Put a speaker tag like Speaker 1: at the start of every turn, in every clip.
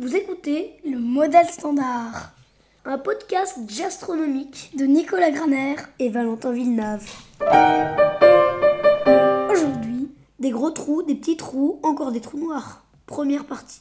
Speaker 1: Vous écoutez le Modèle Standard, un podcast gastronomique de Nicolas Graner et Valentin Villeneuve. Aujourd'hui, des gros trous, des petits trous, encore des trous noirs. Première partie.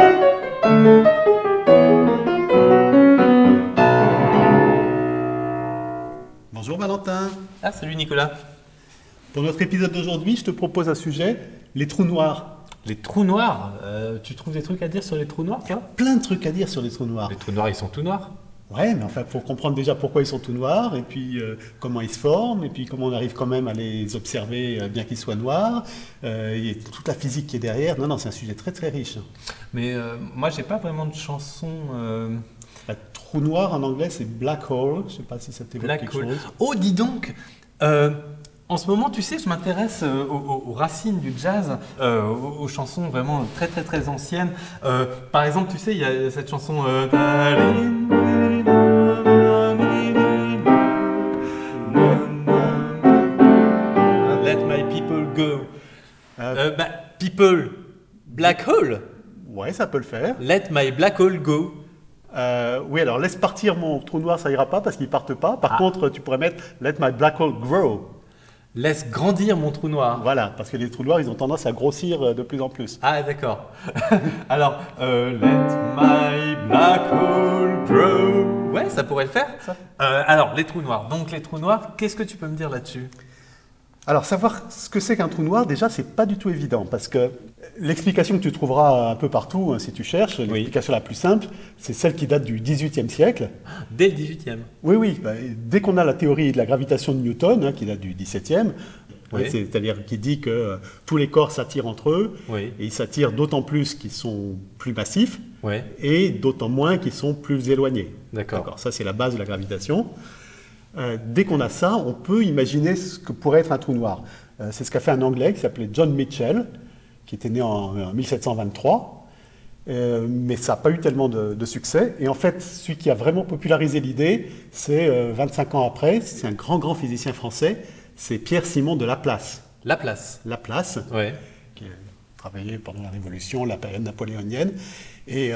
Speaker 2: Bonjour Valentin.
Speaker 3: Ah, salut Nicolas.
Speaker 2: Pour notre épisode d'aujourd'hui, je te propose un sujet, les trous noirs.
Speaker 3: Les trous noirs, tu trouves des trucs à dire sur les trous noirs, toi?
Speaker 2: Plein de trucs à dire sur les trous noirs.
Speaker 3: Les trous noirs, ils sont tout noirs.
Speaker 2: Ouais, mais enfin, il faut comprendre déjà pourquoi ils sont tout noirs, et puis comment ils se forment, et puis comment on arrive quand même à les observer bien qu'ils soient noirs. Il y a toute la physique qui est derrière. Non, c'est un sujet très très riche.
Speaker 3: Mais moi, j'ai pas vraiment de chanson.
Speaker 2: Un trou noir en anglais, c'est black hole. Je sais pas si ça t'évoque
Speaker 3: Black
Speaker 2: quelque
Speaker 3: hole.
Speaker 2: chose.
Speaker 3: Oh, dis donc en ce moment, tu sais, je m'intéresse aux racines du jazz, aux chansons vraiment très très très anciennes. Par exemple, tu sais, il y a cette chanson Let my people go. People, black hole.
Speaker 2: Ouais, ça peut le faire.
Speaker 3: Let my black hole go.
Speaker 2: Oui, alors laisse partir mon trou noir, ça ira pas parce qu'ils partent pas. Par contre, tu pourrais mettre Let my black hole grow.
Speaker 3: Laisse grandir mon trou noir.
Speaker 2: Voilà, parce que les trous noirs, ils ont tendance à grossir de plus en plus.
Speaker 3: Ah, d'accord. Alors, let my black hole grow. Ouais, ça pourrait le faire.
Speaker 2: Ça.
Speaker 3: Alors, les trous noirs. Donc, les trous noirs, qu'est-ce que tu peux me dire là-dessus?
Speaker 2: Alors, savoir ce que c'est qu'un trou noir, déjà, c'est pas du tout évident, parce que l'explication que tu trouveras un peu partout, si tu cherches, l'explication la plus simple, c'est celle qui date du XVIIIe siècle.
Speaker 3: Dès le 18e.
Speaker 2: Oui, dès qu'on a la théorie de la gravitation de Newton, qui date du XVIIe,
Speaker 3: Oui.
Speaker 2: c'est-à-dire qui dit que tous les corps s'attirent entre eux,
Speaker 3: Oui.
Speaker 2: et ils s'attirent d'autant plus qu'ils sont plus massifs,
Speaker 3: Ouais.
Speaker 2: et d'autant moins qu'ils sont plus éloignés.
Speaker 3: D'accord.
Speaker 2: Ça, c'est la base de la gravitation. Dès qu'on a ça, on peut imaginer ce que pourrait être un trou noir. C'est ce qu'a fait un Anglais qui s'appelait John Mitchell, qui était né en 1723, mais ça n'a pas eu tellement de succès. Et en fait, celui qui a vraiment popularisé l'idée, c'est 25 ans après, c'est un grand physicien français, c'est Pierre-Simon de Laplace.
Speaker 3: Laplace.
Speaker 2: Laplace,
Speaker 3: Ouais.
Speaker 2: qui a travaillé pendant la Révolution, la période napoléonienne. Et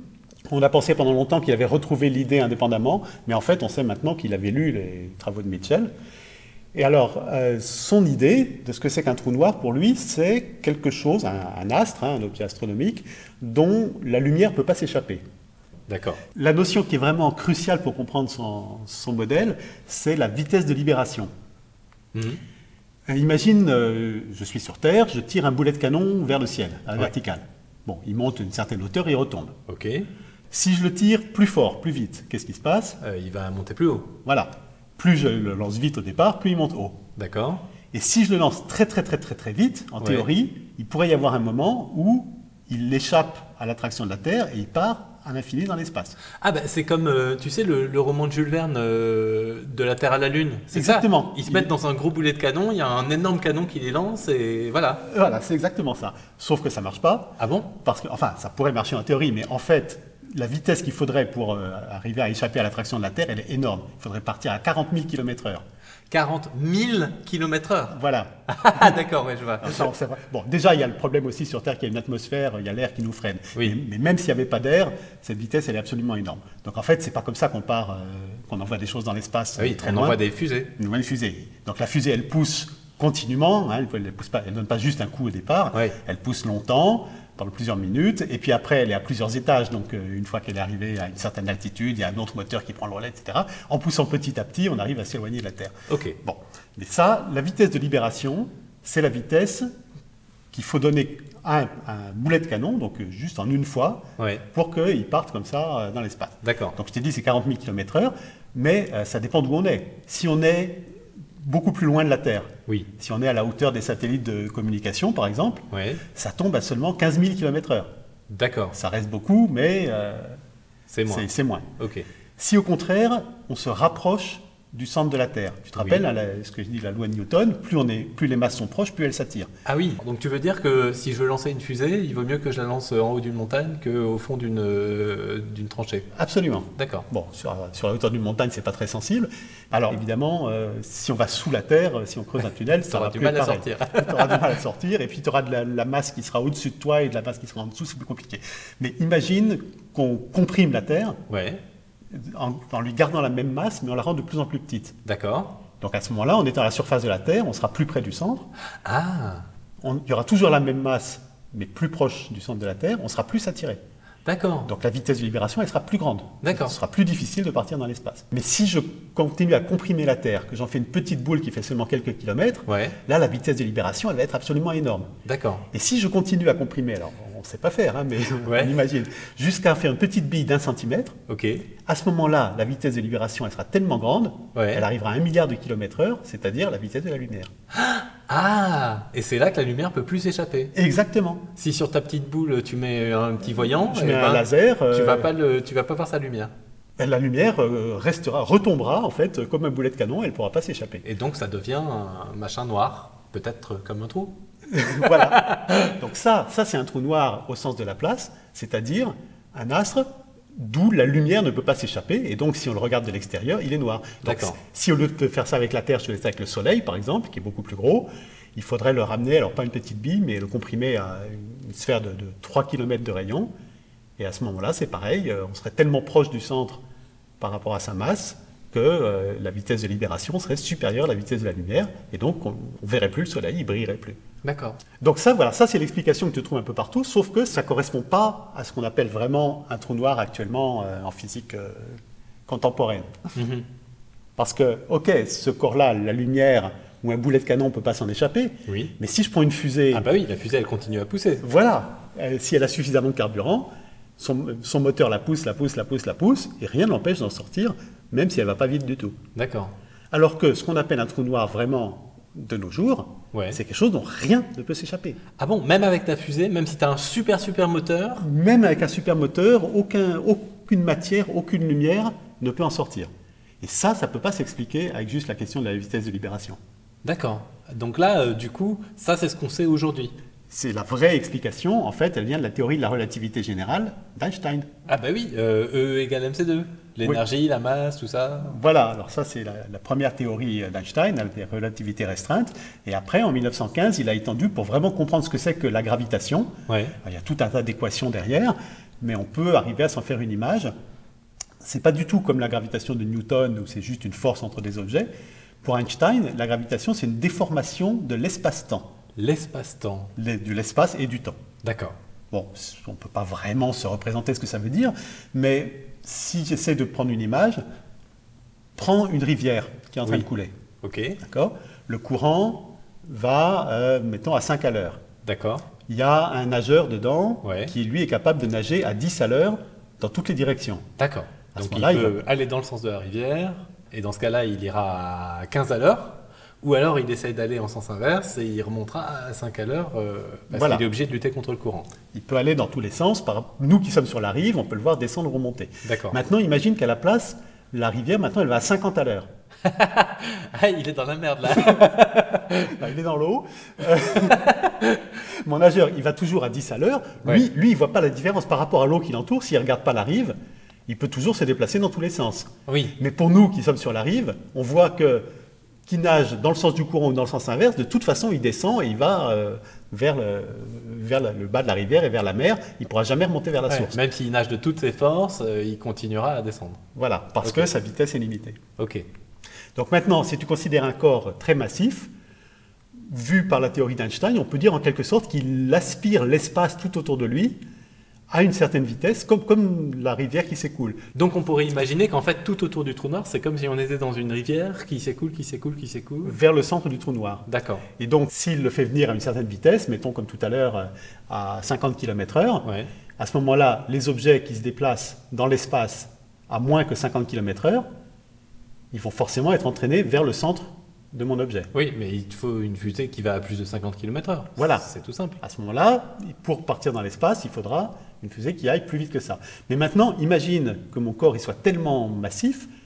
Speaker 2: on a pensé pendant longtemps qu'il avait retrouvé l'idée indépendamment, mais en fait, on sait maintenant qu'il avait lu les travaux de Mitchell. Et alors, son idée de ce que c'est qu'un trou noir, pour lui, c'est quelque chose, un astre, un objet astronomique, dont la lumière ne peut pas s'échapper.
Speaker 3: D'accord.
Speaker 2: La notion qui est vraiment cruciale pour comprendre son modèle, c'est la vitesse de libération.
Speaker 3: Mhm.
Speaker 2: Imagine, je suis sur Terre, je tire un boulet de canon vers le ciel, à la
Speaker 3: Ouais.
Speaker 2: verticale. Bon, il monte une certaine hauteur et il retombe.
Speaker 3: Ok.
Speaker 2: Si je le tire plus fort, plus vite, qu'est-ce qui se passe?
Speaker 3: Il va monter plus haut.
Speaker 2: Voilà. Plus je le lance vite au départ, plus il monte haut.
Speaker 3: D'accord.
Speaker 2: Et si je le lance très vite, en
Speaker 3: Ouais.
Speaker 2: théorie, il pourrait y avoir un moment où il échappe à l'attraction de la Terre et il part à l'infini dans l'espace.
Speaker 3: Ah c'est comme, tu sais, le roman de Jules Verne, De la Terre à la Lune. C'est
Speaker 2: Exactement.
Speaker 3: Ça. Ils se mettent dans un gros boulet de canon, il y a un énorme canon qui les lance et voilà.
Speaker 2: Voilà, c'est exactement ça. Sauf que ça ne marche pas,
Speaker 3: Ah bon?
Speaker 2: parce que, enfin, ça pourrait marcher en théorie, mais en fait, la vitesse qu'il faudrait pour arriver à échapper à l'attraction de la Terre, elle est énorme. Il faudrait partir à 40 000 km/h.
Speaker 3: 40 000 km/h.
Speaker 2: Voilà.
Speaker 3: Ah d'accord, ouais, je vois.
Speaker 2: Alors ça, on sait pas. Bon, déjà, il y a le problème aussi sur Terre qu'il y a une atmosphère, il y a l'air qui nous freine.
Speaker 3: Oui.
Speaker 2: Mais même s'il n'y avait pas d'air, cette vitesse, elle est absolument énorme. Donc en fait, c'est pas comme ça qu'on part, qu'on envoie des choses dans l'espace.
Speaker 3: Ah oui,
Speaker 2: très
Speaker 3: on
Speaker 2: loin.
Speaker 3: envoie des fusées.
Speaker 2: Une nouvelle fusée. Donc la fusée, elle pousse continuellement, elle ne donne pas juste un coup au départ,
Speaker 3: Oui.
Speaker 2: elle pousse longtemps, pendant plusieurs minutes, et puis après, elle est à plusieurs étages, donc une fois qu'elle est arrivée à une certaine altitude, il y a un autre moteur qui prend le relais, etc. En poussant petit à petit, on arrive à s'éloigner de la Terre.
Speaker 3: Ok.
Speaker 2: Bon, mais ça, la vitesse de libération, c'est la vitesse qu'il faut donner à un boulet de canon, donc juste en une fois,
Speaker 3: Ouais.
Speaker 2: pour qu'il parte comme ça dans l'espace.
Speaker 3: D'accord.
Speaker 2: Donc je t'ai dit c'est 40 000 km/h, mais ça dépend d'où on est. Si on est beaucoup plus loin de la Terre,
Speaker 3: Oui.
Speaker 2: si on est à la hauteur des satellites de communication par exemple,
Speaker 3: Ouais.
Speaker 2: ça tombe à seulement 15 000 km/h.
Speaker 3: D'accord.
Speaker 2: Ça reste beaucoup, mais
Speaker 3: C'est moi.
Speaker 2: c'est moins.
Speaker 3: Ok.
Speaker 2: Si au contraire, on se rapproche du centre de la Terre. Tu te rappelles ce que je dis, la loi de Newton, plus les masses sont proches, plus elles s'attirent.
Speaker 3: Ah oui, donc tu veux dire que si je veux lancer une fusée, il vaut mieux que je la lance en haut d'une montagne qu'au fond d'une tranchée.
Speaker 2: Absolument.
Speaker 3: D'accord.
Speaker 2: Bon, sur la hauteur d'une montagne, c'est pas très sensible. Alors évidemment, si on va sous la Terre, si on creuse un tunnel, ça aura
Speaker 3: du mal à sortir.
Speaker 2: Tu auras du mal à sortir, et puis tu auras de la masse qui sera au-dessus de toi et de la masse qui sera en dessous, c'est plus compliqué. Mais imagine qu'on comprime la Terre.
Speaker 3: Ouais.
Speaker 2: En lui gardant la même masse, mais en la rend de plus en plus petite.
Speaker 3: D'accord.
Speaker 2: Donc à ce moment-là, on est à la surface de la Terre, on sera plus près du centre.
Speaker 3: Ah.
Speaker 2: Il y aura toujours la même masse, mais plus proche du centre de la Terre, on sera plus attiré.
Speaker 3: D'accord.
Speaker 2: Donc la vitesse de libération, elle sera plus grande.
Speaker 3: D'accord.
Speaker 2: Ce sera plus difficile de partir dans l'espace. Mais si je continue à comprimer la Terre, que j'en fais une petite boule qui fait seulement quelques kilomètres, là, la vitesse de libération, elle va être absolument énorme.
Speaker 3: D'accord.
Speaker 2: Et si je continue à comprimer, alors on ne sait pas faire, mais on imagine, jusqu'à faire une petite bille d'1 centimètre, à ce moment-là, la vitesse de libération, elle sera tellement grande, elle arrivera à 1 milliard de kilomètres/heure, c'est-à-dire la vitesse de la lumière.
Speaker 3: Ah, et c'est là que la lumière peut plus s'échapper.
Speaker 2: Exactement.
Speaker 3: Si sur ta petite boule tu mets un petit voyant,
Speaker 2: je mets un laser,
Speaker 3: tu vas pas voir sa lumière.
Speaker 2: La lumière retombera en fait comme un boulet de canon, elle ne pourra pas s'échapper.
Speaker 3: Et donc ça devient un machin noir, peut-être comme un trou.
Speaker 2: Voilà. Donc ça c'est un trou noir au sens de la place, c'est-à-dire un astre d'où la lumière ne peut pas s'échapper, et donc si on le regarde de l'extérieur, il est noir. Donc, si au lieu de faire ça avec la Terre, je le fais avec le Soleil, par exemple, qui est beaucoup plus gros, il faudrait le ramener, alors pas une petite bille, mais le comprimer à une sphère de 3 km de rayon, et à ce moment-là, c'est pareil, on serait tellement proche du centre par rapport à sa masse que la vitesse de libération serait supérieure à la vitesse de la lumière, et donc on ne verrait plus le Soleil, il ne brillerait plus.
Speaker 3: D'accord.
Speaker 2: Donc ça c'est l'explication que tu trouves un peu partout, sauf que ça ne correspond pas à ce qu'on appelle vraiment un trou noir actuellement en physique contemporaine. Mm-hmm. Parce que, ce corps-là, la lumière ou un boulet de canon ne peut pas s'en échapper, mais si je prends une fusée...
Speaker 3: Ah bah oui, la fusée, elle continue à pousser.
Speaker 2: Voilà, si elle a suffisamment de carburant, son moteur la pousse, et rien ne l'empêche d'en sortir, même si elle ne va pas vite du tout.
Speaker 3: D'accord.
Speaker 2: Alors que ce qu'on appelle un trou noir vraiment de nos jours, c'est quelque chose dont rien ne peut s'échapper.
Speaker 3: Ah bon, même avec ta fusée, même si tu as un super moteur?
Speaker 2: Même avec un super moteur, aucune matière, aucune lumière ne peut en sortir. Et ça ne peut pas s'expliquer avec juste la question de la vitesse de libération.
Speaker 3: D'accord. Donc là, du coup, ça c'est ce qu'on sait aujourd'hui.
Speaker 2: C'est la vraie explication, en fait, elle vient de la théorie de la relativité générale d'Einstein.
Speaker 3: Ah bah oui, E égale mc2. L'énergie, la masse, tout ça.
Speaker 2: Voilà, alors ça c'est la première théorie d'Einstein, la relativité restreinte. Et après, en 1915, il a étendu pour vraiment comprendre ce que c'est que la gravitation. Alors, il y a tout un tas d'équations derrière, mais on peut arriver à s'en faire une image. C'est pas du tout comme la gravitation de Newton, où c'est juste une force entre des objets. Pour Einstein, la gravitation, c'est une déformation de l'espace-temps.
Speaker 3: L'espace-temps.
Speaker 2: De l'espace et du temps.
Speaker 3: D'accord.
Speaker 2: Bon, on ne peut pas vraiment se représenter ce que ça veut dire, mais si j'essaie de prendre une image, prends une rivière qui est en train de couler.
Speaker 3: Ok.
Speaker 2: D'accord ? Le courant va, mettons, à 5 à l'heure.
Speaker 3: D'accord.
Speaker 2: Il y a un nageur dedans qui, lui, est capable de nager à 10 à l'heure dans toutes les directions.
Speaker 3: D'accord. Donc il peut aller dans le sens de la rivière, et dans ce cas-là, il ira à 15 à l'heure. Ou alors il essaye d'aller en sens inverse et il remontera à 5 à l'heure parce qu'il est obligé de lutter contre le courant. Il
Speaker 2: peut aller dans tous les sens. Nous qui sommes sur la rive, on peut le voir descendre ou remonter.
Speaker 3: D'accord.
Speaker 2: Maintenant, imagine qu'à la place, la rivière, maintenant, elle va à 50 à l'heure.
Speaker 3: Il est dans la merde là.
Speaker 2: Il est dans l'eau. Mon nageur, il va toujours à 10 à l'heure. Lui, il ne voit pas la différence par rapport à l'eau qui l'entoure. S'il ne regarde pas la rive, il peut toujours se déplacer dans tous les sens.
Speaker 3: Oui.
Speaker 2: Mais pour nous qui sommes sur la rive, on voit que qui nage dans le sens du courant ou dans le sens inverse, de toute façon, il descend et il va vers le bas de la rivière et vers la mer. Il ne pourra jamais remonter vers la source.
Speaker 3: Même s'il nage de toutes ses forces, il continuera à descendre.
Speaker 2: Voilà, parce que sa vitesse est limitée.
Speaker 3: Ok.
Speaker 2: Donc maintenant, si tu considères un corps très massif, vu par la théorie d'Einstein, on peut dire en quelque sorte qu'il aspire l'espace tout autour de lui à une certaine vitesse, comme la rivière qui s'écoule.
Speaker 3: Donc on pourrait imaginer qu'en fait, tout autour du trou noir, c'est comme si on était dans une rivière qui s'écoule.
Speaker 2: Vers le centre du trou noir.
Speaker 3: D'accord.
Speaker 2: Et donc, s'il le fait venir à une certaine vitesse, mettons comme tout à l'heure à 50 km/h, à ce moment-là, les objets qui se déplacent dans l'espace à moins que 50 km/h, ils vont forcément être entraînés vers le centre de mon objet.
Speaker 3: Oui, mais il faut une fusée qui va à plus de 50 km/h.
Speaker 2: Voilà.
Speaker 3: C'est tout simple.
Speaker 2: À ce moment-là, pour partir dans l'espace, il faudra une fusée qui aille plus vite que ça. Mais maintenant, imagine que mon corps il soit tellement massif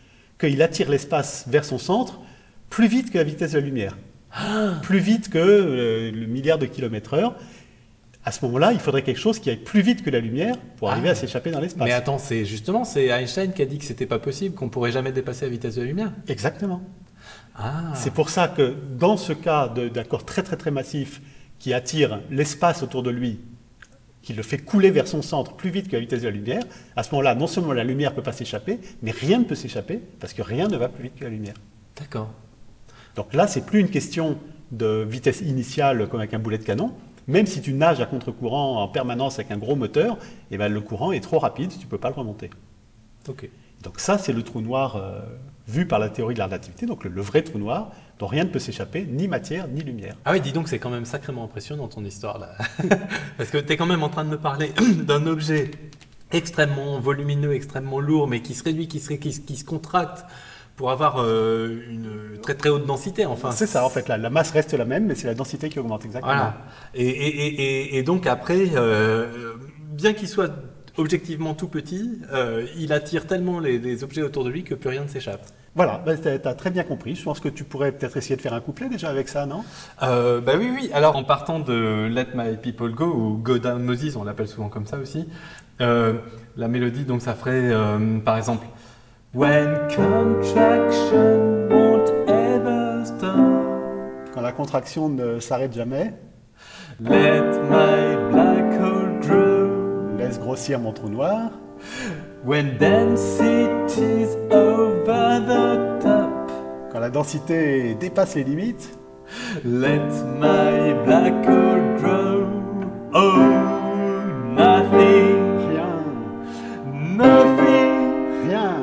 Speaker 2: qu'il attire l'espace vers son centre plus vite que la vitesse de la lumière. Plus vite que le milliard de kilomètres heure. À ce moment-là, il faudrait quelque chose qui aille plus vite que la lumière pour arriver à s'échapper dans l'espace.
Speaker 3: Mais attends, c'est Einstein qui a dit que c'était pas possible, qu'on pourrait jamais dépasser la vitesse de la lumière.
Speaker 2: Exactement. C'est pour ça que dans ce cas d'un corps très très très massif qui attire l'espace autour de lui, qui le fait couler vers son centre plus vite que la vitesse de la lumière, à ce moment-là, non seulement la lumière ne peut pas s'échapper, mais rien ne peut s'échapper parce que rien ne va plus vite que la lumière.
Speaker 3: D'accord.
Speaker 2: Donc là, c'est plus une question de vitesse initiale comme avec un boulet de canon. Même si tu nages à contre-courant en permanence avec un gros moteur, eh ben, le courant est trop rapide, tu ne peux pas le remonter.
Speaker 3: Ok.
Speaker 2: Donc ça, c'est le trou noir vu par la théorie de la relativité, donc le vrai trou noir, dont rien ne peut s'échapper, ni matière, ni lumière.
Speaker 3: Ah oui, dis donc, c'est quand même sacrément impressionnant ton histoire là. Parce que tu es quand même en train de me parler d'un objet extrêmement volumineux, extrêmement lourd, mais qui se réduit, qui se contracte, pour avoir une très très haute densité. Enfin,
Speaker 2: c'est ça, en fait, la masse reste la même, mais c'est la densité qui augmente, exactement.
Speaker 3: Voilà. Et donc après, bien qu'il soit objectivement tout petit, il attire tellement les objets autour de lui que plus rien ne s'échappe.
Speaker 2: Voilà, tu as très bien compris. Je pense que tu pourrais peut-être essayer de faire un couplet déjà avec ça, non ?
Speaker 3: Oui. Alors, en partant de Let My People Go, ou Go Down Moses, on l'appelle souvent comme ça aussi, la mélodie, donc ça ferait, par exemple, When contraction won't ever stop.
Speaker 2: Quand la contraction ne s'arrête jamais.
Speaker 3: Let my black hole grow.
Speaker 2: Laisse grossir mon trou noir.
Speaker 3: When density's over the top.
Speaker 2: Quand la densité dépasse les limites.
Speaker 3: Let my black hole grow. Oh, nothing.
Speaker 2: Rien.
Speaker 3: Nothing.
Speaker 2: Rien.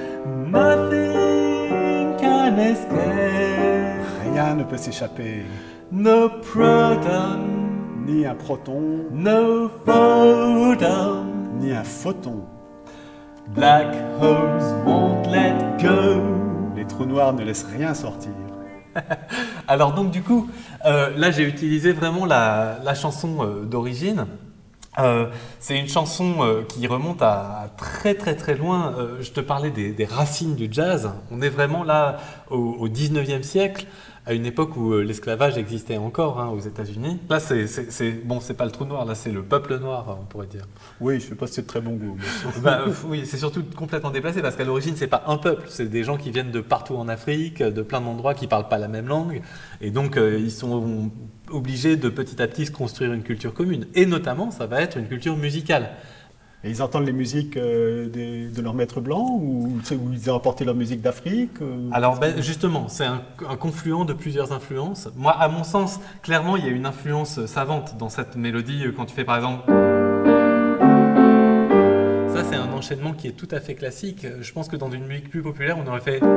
Speaker 3: Nothing can escape.
Speaker 2: Rien ne peut s'échapper.
Speaker 3: No proton.
Speaker 2: Ni un proton.
Speaker 3: No photon.
Speaker 2: Ni un photon.
Speaker 3: Black holes won't let go.
Speaker 2: Les trous noirs ne laissent rien sortir.
Speaker 3: Alors donc du coup, là j'ai utilisé vraiment la chanson d'origine. C'est une chanson qui remonte à très très très loin. Je te parlais des racines du jazz. On est vraiment là au 19e siècle, à une époque où l'esclavage existait encore aux États-Unis. Là, c'est pas le trou noir, là c'est le peuple noir, on pourrait dire.
Speaker 2: Oui, je ne sais pas si c'est de très bon goût.
Speaker 3: Oui, c'est surtout complètement déplacé parce qu'à l'origine, c'est pas un peuple, c'est des gens qui viennent de partout en Afrique, de plein d'endroits qui parlent pas la même langue, et donc ils sont obligés de petit à petit se construire une culture commune. Et notamment, ça va être une culture musicale.
Speaker 2: Et ils entendent les musiques de leurs maîtres blancs ou ils ont apporté leur musique d'Afrique
Speaker 3: Alors justement, c'est un confluent de plusieurs influences. Moi, à mon sens, clairement, il y a une influence savante dans cette mélodie. Quand tu fais par exemple... Ça, c'est un enchaînement qui est tout à fait classique. Je pense que dans une musique plus populaire, on aurait fait...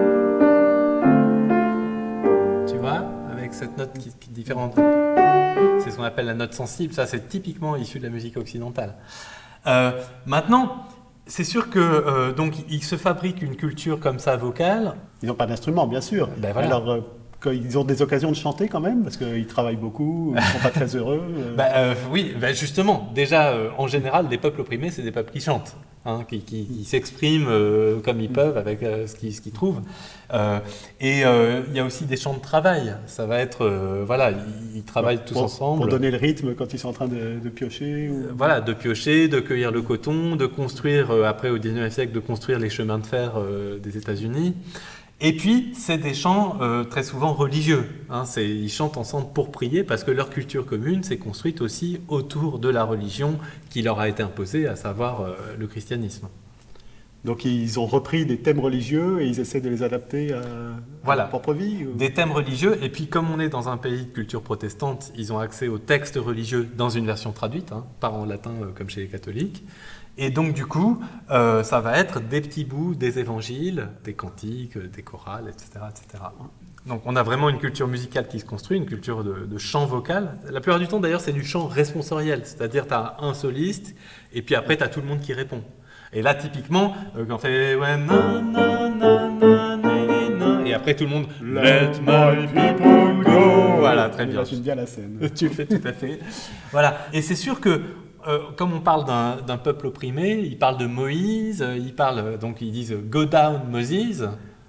Speaker 3: Tu vois, avec cette note qui est différente. C'est ce qu'on appelle la note sensible. Ça, c'est typiquement issu de la musique occidentale. Maintenant, c'est sûr que donc ils se fabriquent une culture comme ça vocale.
Speaker 2: Ils n'ont pas d'instrument, bien sûr.
Speaker 3: Ben voilà.
Speaker 2: Alors, ils ont des occasions de chanter quand même, parce qu'ils travaillent beaucoup, ils ne sont pas très heureux.
Speaker 3: Oui, justement. Déjà, en général, les peuples opprimés, c'est des peuples qui chantent, qui s'expriment comme ils peuvent avec ce qu'ils trouvent. Et il y a aussi des chants de travail. Ça va être, ils travaillent tous ensemble.
Speaker 2: Pour donner le rythme quand ils sont en train de piocher.
Speaker 3: Voilà, de piocher, de cueillir le coton, de construire, après au 19e siècle, de construire les chemins de fer des États-Unis. Et puis, c'est des chants très souvent religieux. Ils chantent ensemble pour prier parce que leur culture commune s'est construite aussi autour de la religion qui leur a été imposée, à savoir le christianisme.
Speaker 2: Donc, ils ont repris des thèmes religieux et ils essaient de les adapter à leur propre vie
Speaker 3: Des thèmes religieux. Et puis, comme on est dans un pays de culture protestante, ils ont accès aux textes religieux dans une version traduite, pas en latin comme chez les catholiques. Et donc, du coup, ça va être des petits bouts des évangiles, des cantiques, des chorales, etc., etc. Donc, on a vraiment une culture musicale qui se construit, une culture de chant vocal. La plupart du temps, d'ailleurs, c'est du chant responsoriel. C'est-à-dire, tu as un soliste, et puis après, tu as tout le monde qui répond. Et là, typiquement, quand on fait ouais, na, na, na, na, na, na, et après tout le monde Let my people go. Voilà, très bien.
Speaker 2: J'aime bien la scène.
Speaker 3: Tu le fais tout à fait. Voilà. Et c'est sûr que comme on parle d'un peuple opprimé, ils parlent de Moïse, donc ils disent Go down Moses.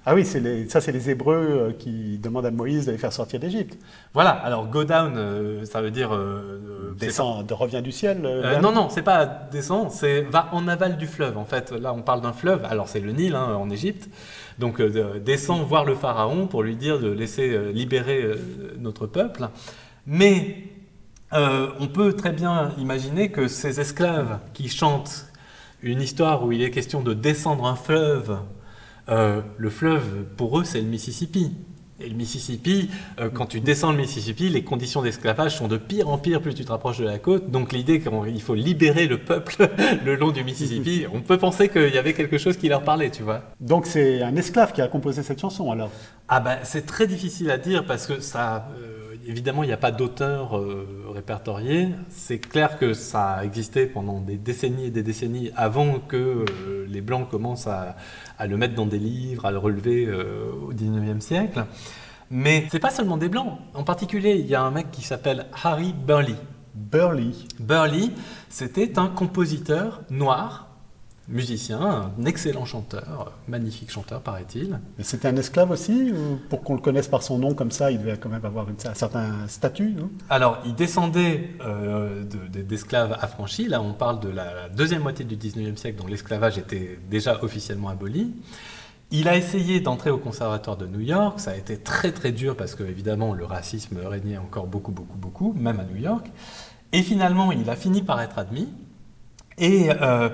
Speaker 2: Ah oui, c'est les Hébreux qui demandent à Moïse d'aller faire sortir d'Égypte.
Speaker 3: Voilà, alors go down, ça veut dire...
Speaker 2: descend, revient du ciel
Speaker 3: Non, c'est pas descend, c'est va en aval du fleuve. En fait, là, on parle d'un fleuve, alors c'est le Nil en Égypte. Donc descend voir le pharaon pour lui dire de laisser libérer notre peuple. Mais on peut très bien imaginer que ces esclaves qui chantent une histoire où il est question de descendre un fleuve, le fleuve, pour eux, c'est le Mississippi. Et le Mississippi, quand tu descends le Mississippi, les conditions d'esclavage sont de pire en pire plus tu te rapproches de la côte. Donc l'idée qu'il faut libérer le peuple le long du Mississippi, on peut penser qu'il y avait quelque chose qui leur parlait, tu vois.
Speaker 2: Donc c'est un esclave qui a composé cette chanson, alors?
Speaker 3: Ah ben, c'est très difficile à dire parce que ça... évidemment, il n'y a pas d'auteur répertorié. C'est clair que ça a existé pendant des décennies et des décennies avant que les Blancs commencent à le mettre dans des livres, à le relever au XIXe siècle. Mais c'est pas seulement des Blancs. En particulier, il y a un mec qui s'appelle Harry Burleigh. Burleigh, c'était un compositeur noir, musicien, un excellent chanteur, magnifique chanteur, paraît-il.
Speaker 2: Mais c'était un esclave aussi, ou pour qu'on le connaisse par son nom comme ça, il devait quand même avoir un certain statut, non?
Speaker 3: Alors, il descendait d'esclaves affranchis. Là, on parle de la deuxième moitié du XIXe siècle, donc l'esclavage était déjà officiellement aboli. Il a essayé d'entrer au conservatoire de New York. Ça a été très très dur parce que, évidemment, le racisme régnait encore beaucoup, même à New York. Et finalement, il a fini par être admis. Et...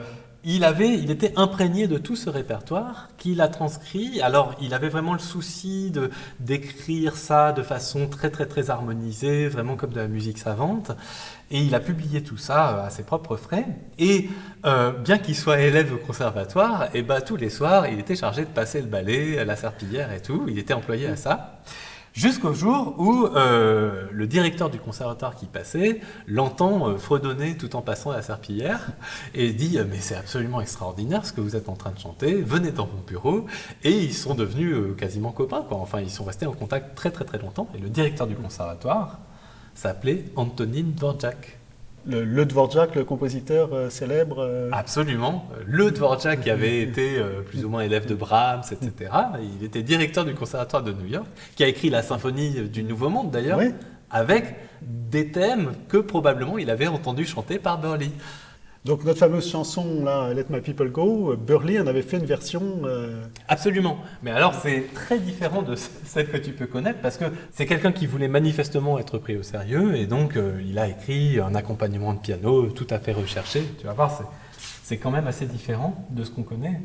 Speaker 3: il était imprégné de tout ce répertoire qu'il a transcrit. Alors, il avait vraiment le souci d'écrire ça de façon très, très, très harmonisée, vraiment comme de la musique savante. Et il a publié tout ça à ses propres frais. Et bien qu'il soit élève au conservatoire, et tous les soirs, il était chargé de passer le balai, la serpillière et tout. Il était employé à ça. Jusqu'au jour où le directeur du conservatoire qui passait l'entend fredonner tout en passant à la serpillière et dit « Mais c'est absolument extraordinaire ce que vous êtes en train de chanter, venez dans mon bureau ». Et ils sont devenus quasiment copains, quoi. Enfin, ils sont restés en contact très très très longtemps. Et le directeur du conservatoire s'appelait Antonin Dvorak.
Speaker 2: Le Dvorak, le compositeur célèbre
Speaker 3: Absolument. Le Dvorak qui avait été plus ou moins élève de Brahms, etc. Il était directeur du conservatoire de New York, qui a écrit la symphonie du Nouveau Monde d'ailleurs,
Speaker 2: oui,
Speaker 3: avec des thèmes que probablement il avait entendu chanter par Burleigh.
Speaker 2: Donc notre fameuse chanson, là, Let My People Go, Burleigh en avait fait une version...
Speaker 3: Absolument. Mais alors c'est très différent de celle que tu peux connaître parce que c'est quelqu'un qui voulait manifestement être pris au sérieux et donc il a écrit un accompagnement de piano tout à fait recherché. Tu vas voir, c'est quand même assez différent de ce qu'on connaît.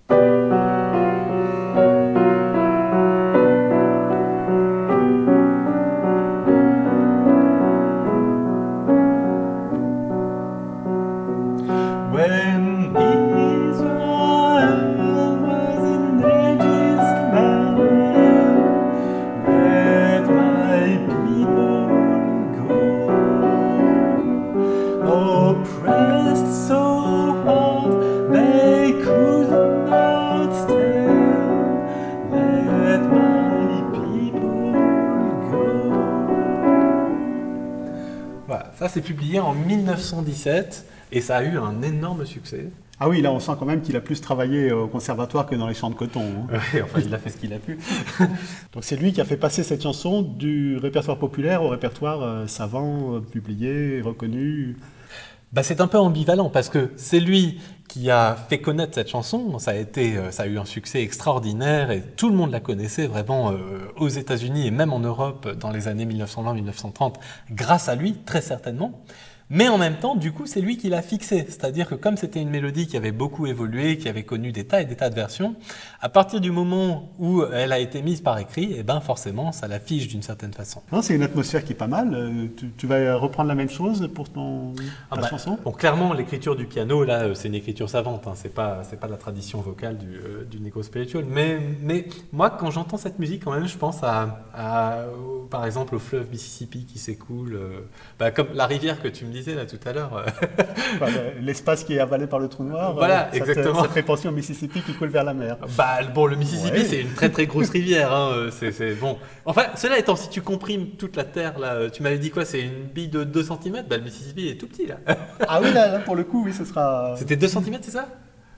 Speaker 3: Ça, c'est publié en 1917 et ça a eu un énorme succès.
Speaker 2: Ah oui, là on sent quand même qu'il a plus travaillé au conservatoire que dans les champs de coton. Hein.
Speaker 3: Oui, enfin il a fait ce qu'il a pu.
Speaker 2: Donc c'est lui qui a fait passer cette chanson du répertoire populaire au répertoire savant, publié, reconnu.
Speaker 3: C'est un peu ambivalent parce que c'est lui qui a fait connaître cette chanson. Ça a eu un succès extraordinaire et tout le monde la connaissait vraiment aux États-Unis et même en Europe dans les années 1920-1930 grâce à lui, très certainement. Mais en même temps, du coup, c'est lui qui l'a fixé. C'est-à-dire que comme c'était une mélodie qui avait beaucoup évolué, qui avait connu des tas et des tas de versions, à partir du moment où elle a été mise par écrit, forcément, ça la fige d'une certaine façon.
Speaker 2: Non, c'est une atmosphère qui est pas mal. Tu vas reprendre la même chose pour ta chanson?
Speaker 3: Bon, clairement, l'écriture du piano, là, c'est une écriture savante. Hein. C'est pas la tradition vocale du Negro Spiritual. Mais moi, quand j'entends cette musique, quand même, je pense par exemple, au fleuve Mississippi qui s'écoule, comme la rivière que tu me disais là tout à l'heure.
Speaker 2: L'espace qui est avalé par le trou noir.
Speaker 3: Voilà, exactement.
Speaker 2: Ça fait penser au Mississippi qui coule vers la mer.
Speaker 3: Le Mississippi, c'est une très très grosse rivière. Hein. C'est bon. Enfin, cela étant, si tu comprimes toute la terre, là, tu m'avais dit quoi? C'est une bille de 2 cm. Le Mississippi est tout petit là.
Speaker 2: Ah oui, là, pour le coup, oui, ce sera.
Speaker 3: C'était 2 cm, c'est ça?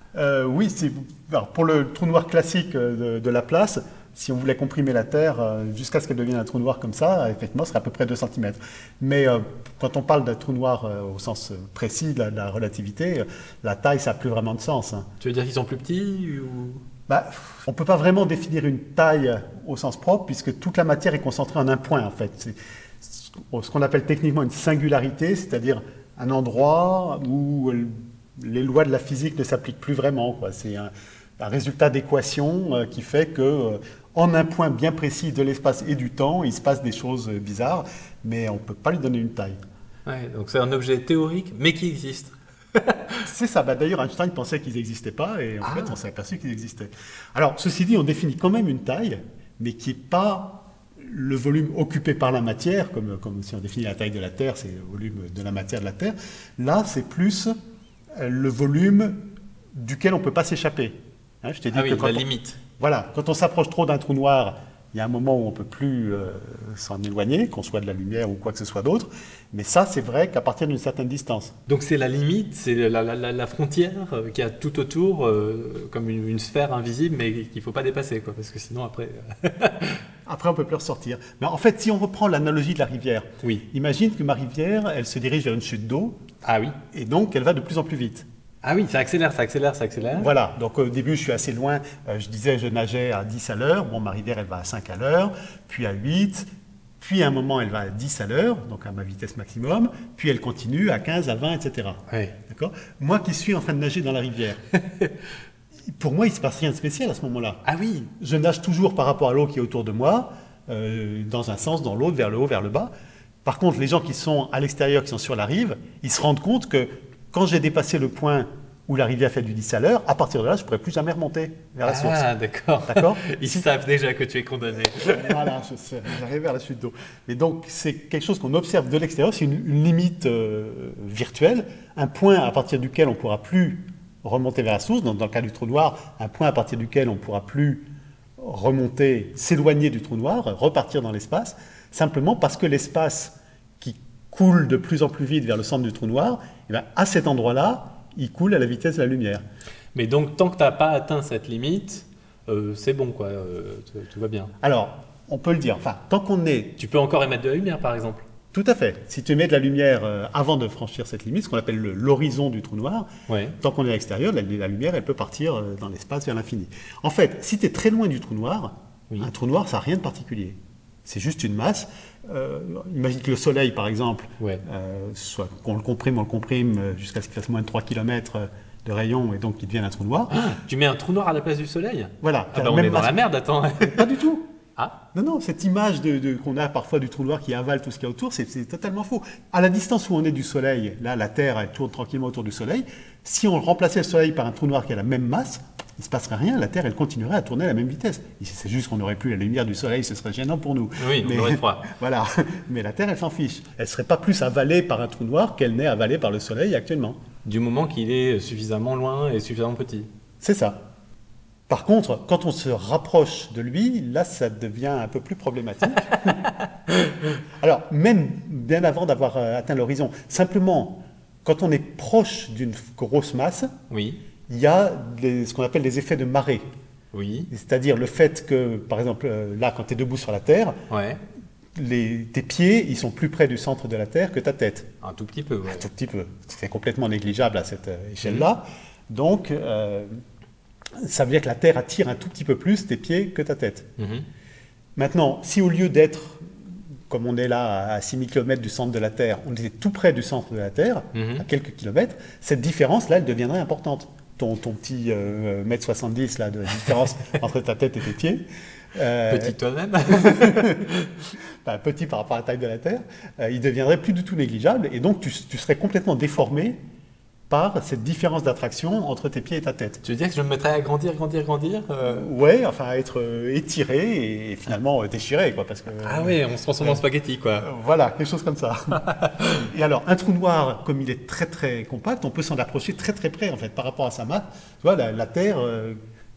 Speaker 2: Oui, alors, pour le trou noir classique de Laplace, si on voulait comprimer la Terre jusqu'à ce qu'elle devienne un trou noir comme ça, effectivement, ce serait à peu près 2 cm. Mais quand on parle d'un trou noir au sens précis de la relativité, la taille, ça n'a plus vraiment de sens. Hein.
Speaker 3: Tu veux dire qu'ils sont plus petits ou...
Speaker 2: On ne peut pas vraiment définir une taille au sens propre, puisque toute la matière est concentrée en un point, en fait. C'est ce qu'on appelle techniquement une singularité, c'est-à-dire un endroit où les lois de la physique ne s'appliquent plus vraiment, quoi. C'est un résultat d'équation qui fait que en un point bien précis de l'espace et du temps, il se passe des choses bizarres, mais on ne peut pas lui donner une taille.
Speaker 3: Ouais, donc c'est un objet théorique, mais qui existe.
Speaker 2: C'est ça. D'ailleurs, Einstein pensait qu'ils n'existaient pas, et en fait, on s'est aperçu qu'ils existaient. Alors, ceci dit, on définit quand même une taille, mais qui n'est pas le volume occupé par la matière, comme si on définit la taille de la Terre, c'est le volume de la matière de la Terre. Là, c'est plus le volume duquel on ne peut pas s'échapper. Hein, je t'ai dit que
Speaker 3: la limite.
Speaker 2: Voilà, quand on s'approche trop d'un trou noir, il y a un moment où on ne peut plus s'en éloigner, qu'on soit de la lumière ou quoi que ce soit d'autre. Mais ça, c'est vrai qu'à partir d'une certaine distance.
Speaker 3: Donc c'est la limite, c'est la frontière qu'il y a tout autour, comme une sphère invisible, mais qu'il ne faut pas dépasser, quoi, parce que sinon après...
Speaker 2: Après, on ne peut plus ressortir. Mais en fait, si on reprend l'analogie de la rivière, imagine que ma rivière, elle se dirige vers une chute d'eau.
Speaker 3: Ah oui.
Speaker 2: Et donc, elle va de plus en plus vite.
Speaker 3: Ah oui, ça accélère, ça accélère, ça accélère.
Speaker 2: Voilà, donc au début je suis assez loin, je disais je nageais à 10 à l'heure, bon ma rivière elle va à 5 à l'heure, puis à 8, puis à un moment elle va à 10 à l'heure, donc à ma vitesse maximum, puis elle continue à 15, à 20, etc.
Speaker 3: Oui.
Speaker 2: D'accord ? Moi qui suis en train de nager dans la rivière, pour moi il ne se passe rien de spécial à ce moment-là.
Speaker 3: Ah oui.
Speaker 2: Je nage toujours par rapport à l'eau qui est autour de moi, dans un sens, dans l'autre, vers le haut, vers le bas. Par contre les gens qui sont à l'extérieur, qui sont sur la rive, ils se rendent compte que quand j'ai dépassé le point où la rivière fait du 10 à l'heure, à partir de là, je ne pourrai plus jamais remonter vers la source.
Speaker 3: Ah, d'accord. Ils savent déjà que tu es condamné.
Speaker 2: Voilà, j'arrive vers la chute d'eau. Et donc, c'est quelque chose qu'on observe de l'extérieur, c'est une limite virtuelle, un point à partir duquel on ne pourra plus remonter vers la source, dans le cas du trou noir, un point à partir duquel on ne pourra plus remonter, s'éloigner du trou noir, repartir dans l'espace, simplement parce que l'espace qui coule de plus en plus vite vers le centre du trou noir, eh bien, à cet endroit-là, il coule à la vitesse de la lumière.
Speaker 3: Mais donc, tant que tu n'as pas atteint cette limite, c'est bon, quoi. Tout va bien.
Speaker 2: Alors, on peut le dire. Enfin, tant qu'on est...
Speaker 3: Tu peux encore émettre de la lumière, par exemple.
Speaker 2: Tout à fait. Si tu émets de la lumière avant de franchir cette limite, ce qu'on appelle l'horizon du trou noir, tant qu'on est à l'extérieur, la lumière, elle peut partir dans l'espace vers l'infini. En fait, si tu es très loin du trou noir, un trou noir, ça n'a rien de particulier. C'est juste une masse. Imagine que le Soleil, par exemple, soit qu'on le comprime jusqu'à ce qu'il fasse moins de 3 km de rayon et donc qu'il devienne un trou noir.
Speaker 3: Ah, tu mets un trou noir à la place du Soleil ?
Speaker 2: Voilà.
Speaker 3: On est dans la merde, attends.
Speaker 2: Pas du tout.
Speaker 3: Ah.
Speaker 2: Non, cette image qu'on a parfois du trou noir qui avale tout ce qu'il y a autour, c'est totalement faux. À la distance où on est du Soleil, là, la Terre, elle tourne tranquillement autour du Soleil. Si on remplaçait le Soleil par un trou noir qui a la même masse, il ne se passerait rien, la Terre, elle continuerait à tourner à la même vitesse. C'est juste qu'on n'aurait plus la lumière du Soleil, ce serait gênant pour nous.
Speaker 3: Oui, on aurait froid.
Speaker 2: Voilà, mais la Terre, elle s'en fiche. Elle ne serait pas plus avalée par un trou noir qu'elle n'est avalée par le Soleil actuellement.
Speaker 3: Du moment qu'il est suffisamment loin et suffisamment petit.
Speaker 2: C'est ça. Par contre, quand on se rapproche de lui, là, ça devient un peu plus problématique. Alors, même bien avant d'avoir atteint l'horizon, simplement, quand on est proche d'une grosse masse, il y a ce qu'on appelle les effets de marée.
Speaker 3: Oui.
Speaker 2: C'est-à-dire le fait que, par exemple, là, quand tu es debout sur la Terre, tes pieds, ils sont plus près du centre de la Terre que ta tête.
Speaker 3: Un tout petit peu. Ouais.
Speaker 2: Un tout petit peu. C'est complètement négligeable à cette échelle-là. Donc, ça veut dire que la Terre attire un tout petit peu plus tes pieds que ta tête. Maintenant, si au lieu d'être, comme on est là à 6000 km du centre de la Terre, on était tout près du centre de la Terre, à quelques kilomètres, cette différence-là, elle deviendrait importante. Ton petit 1m70 là, de différence entre ta tête et tes pieds.
Speaker 3: Petit toi-même.
Speaker 2: Petit par rapport à la taille de la Terre, il deviendrait plus du tout négligeable, et donc tu serais complètement déformé par cette différence d'attraction entre tes pieds et ta tête.
Speaker 3: Tu veux dire que je me mettrais à grandir
Speaker 2: Ouais, enfin à être étiré et finalement déchiré, quoi, parce que...
Speaker 3: Ah oui, on se transforme en spaghetti, quoi.
Speaker 2: Voilà, quelque chose comme ça. Et alors, un trou noir, comme il est très très compact, on peut s'en approcher très très près, en fait, par rapport à sa masse. Tu vois, la Terre,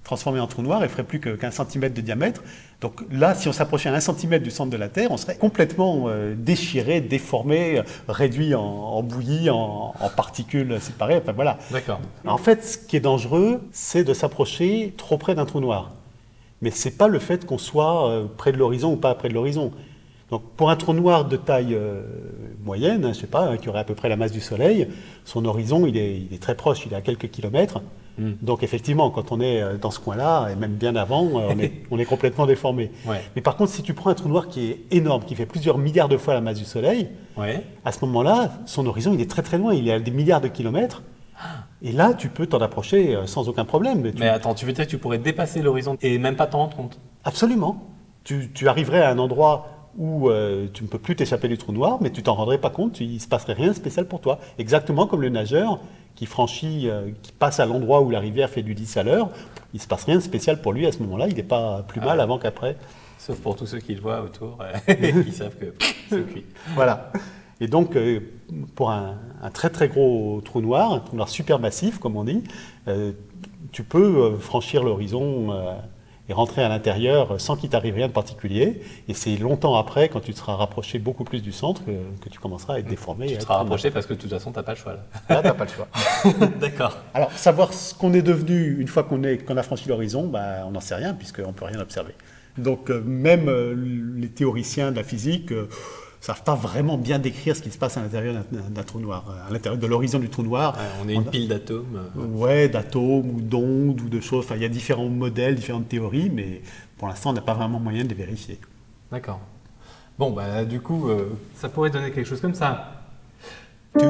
Speaker 2: transformée en trou noir, elle ferait plus qu'un centimètre de diamètre. Donc là, si on s'approchait à 1 centimètre du centre de la Terre, on serait complètement déchiré, déformé, réduit en bouillie, en particules séparées. Enfin voilà.
Speaker 3: D'accord.
Speaker 2: En fait, ce qui est dangereux, c'est de s'approcher trop près d'un trou noir. Mais ce n'est pas le fait qu'on soit près de l'horizon ou pas près de l'horizon. Donc pour un trou noir de taille moyenne, je ne sais pas, qui aurait à peu près la masse du Soleil, son horizon il est très proche, il est à quelques kilomètres. Donc effectivement, quand on est dans ce coin-là, et même bien avant, on est complètement déformé.
Speaker 3: Ouais.
Speaker 2: Mais par contre, si tu prends un trou noir qui est énorme, qui fait plusieurs milliards de fois la masse du Soleil, à ce moment-là, son horizon il est très très loin, il est à des milliards de kilomètres. Et là, tu peux t'en approcher sans aucun problème.
Speaker 3: Mais attends, tu veux dire que tu pourrais dépasser l'horizon et même pas t'en rendre compte?
Speaker 2: Absolument. Tu arriverais à un endroit où tu ne peux plus t'échapper du trou noir, mais tu t'en rendrais pas compte, il ne se passerait rien de spécial pour toi. Exactement comme le nageur qui qui passe à l'endroit où la rivière fait du 10 à l'heure, il ne se passe rien de spécial pour lui à ce moment-là, il n'est pas plus mal avant qu'après.
Speaker 3: Sauf pour tous ceux qui le voient autour, qui savent que c'est cuit.
Speaker 2: Voilà. Et donc, pour un très très gros trou noir supermassif, comme on dit, tu peux franchir l'horizon et rentrer à l'intérieur sans qu'il t'arrive rien de particulier. Et c'est longtemps après, quand tu te seras rapproché beaucoup plus du centre, que tu commenceras à être déformé.
Speaker 3: Tu te seras rapproché parce que de toute façon, tu n'as pas le choix.
Speaker 2: Là, tu n'as pas le choix.
Speaker 3: D'accord.
Speaker 2: Alors, savoir ce qu'on est devenu une fois qu'on a franchi l'horizon, on n'en sait rien puisqu'on ne peut rien observer. Donc, même les théoriciens de la physique ne savent pas vraiment bien décrire ce qui se passe à l'intérieur d'un trou noir, à l'intérieur de l'horizon du trou noir.
Speaker 3: On est une pile d'atomes.
Speaker 2: Ouais, d'atomes ou d'ondes ou de choses. Enfin, il y a différents modèles, différentes théories, mais pour l'instant, on n'a pas vraiment moyen de les vérifier.
Speaker 3: D'accord. Bon, du coup, ça pourrait donner quelque chose comme ça. To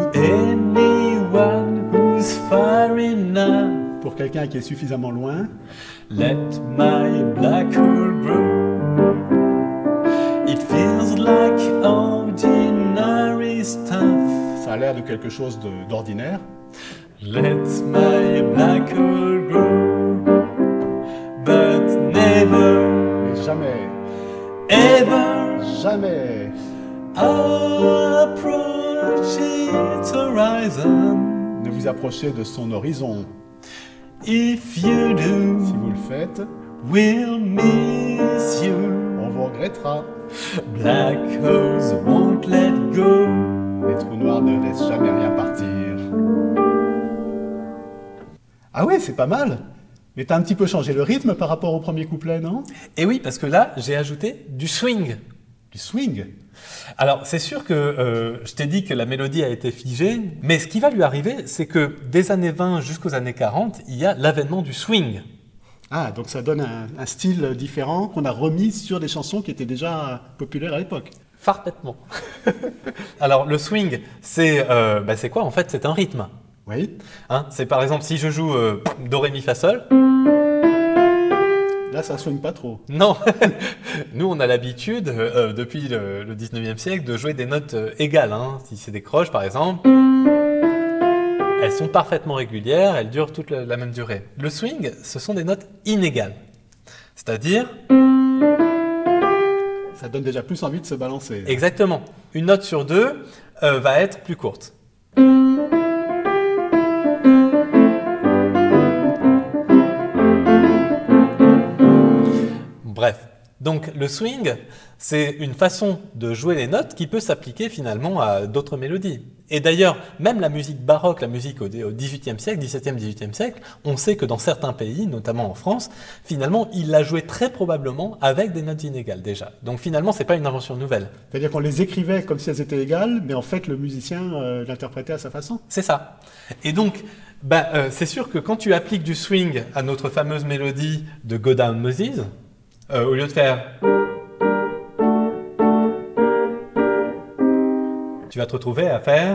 Speaker 3: anyone who's far enough.
Speaker 2: Pour quelqu'un qui est suffisamment loin.
Speaker 3: Let my black hole grow. It feels like ordinary stuff.
Speaker 2: Ça a l'air de quelque chose d'ordinaire.
Speaker 3: Let my black hole grow, but never,
Speaker 2: mais jamais,
Speaker 3: ever,
Speaker 2: jamais,
Speaker 3: approach its horizon.
Speaker 2: Ne vous approchez de son horizon.
Speaker 3: If you do,
Speaker 2: si vous le faites,
Speaker 3: we'll miss you.
Speaker 2: On vous regrettera.
Speaker 3: Black holes won't let go.
Speaker 2: Les trous noirs ne laissent jamais rien partir. Ah ouais, c'est pas mal. Mais t'as un petit peu changé le rythme par rapport au premier couplet, non?
Speaker 3: Et oui, parce que là, j'ai ajouté du swing.
Speaker 2: Du swing?
Speaker 3: Alors, c'est sûr que je t'ai dit que la mélodie a été figée, mais ce qui va lui arriver, c'est que des années 20 jusqu'aux années 40, il y a l'avènement du swing.
Speaker 2: Ah, donc ça donne un style différent qu'on a remis sur des chansons qui étaient déjà populaires à l'époque.
Speaker 3: Parfaitement. Alors, le swing, c'est quoi? En fait, c'est un rythme.
Speaker 2: Oui.
Speaker 3: C'est par exemple, si je joue Do, Ré, Mi, Fa, Sol.
Speaker 2: Là, ça ne swing pas trop.
Speaker 3: Non. Nous, on a l'habitude, depuis le 19e siècle, de jouer des notes égales. Si c'est des croches, par exemple, elles sont parfaitement régulières, elles durent toute la même durée. Le swing, ce sont des notes inégales. C'est-à-dire...
Speaker 2: Ça donne déjà plus envie de se balancer.
Speaker 3: Exactement. Une note sur deux va être plus courte. Bref, donc le swing, c'est une façon de jouer les notes qui peut s'appliquer finalement à d'autres mélodies. Et d'ailleurs, même la musique baroque, la musique au XVIIIe siècle, XVIIe, XVIIIe siècle, on sait que dans certains pays, notamment en France, finalement, il l'a joué très probablement avec des notes inégales déjà. Donc finalement, c'est pas une invention nouvelle.
Speaker 2: C'est-à-dire qu'on les écrivait comme si elles étaient égales, mais en fait, le musicien l'interprétait à sa façon.
Speaker 3: C'est ça. Et donc, c'est sûr que quand tu appliques du swing à notre fameuse mélodie de Go Down Moses, au lieu de faire... Tu vas te retrouver à faire...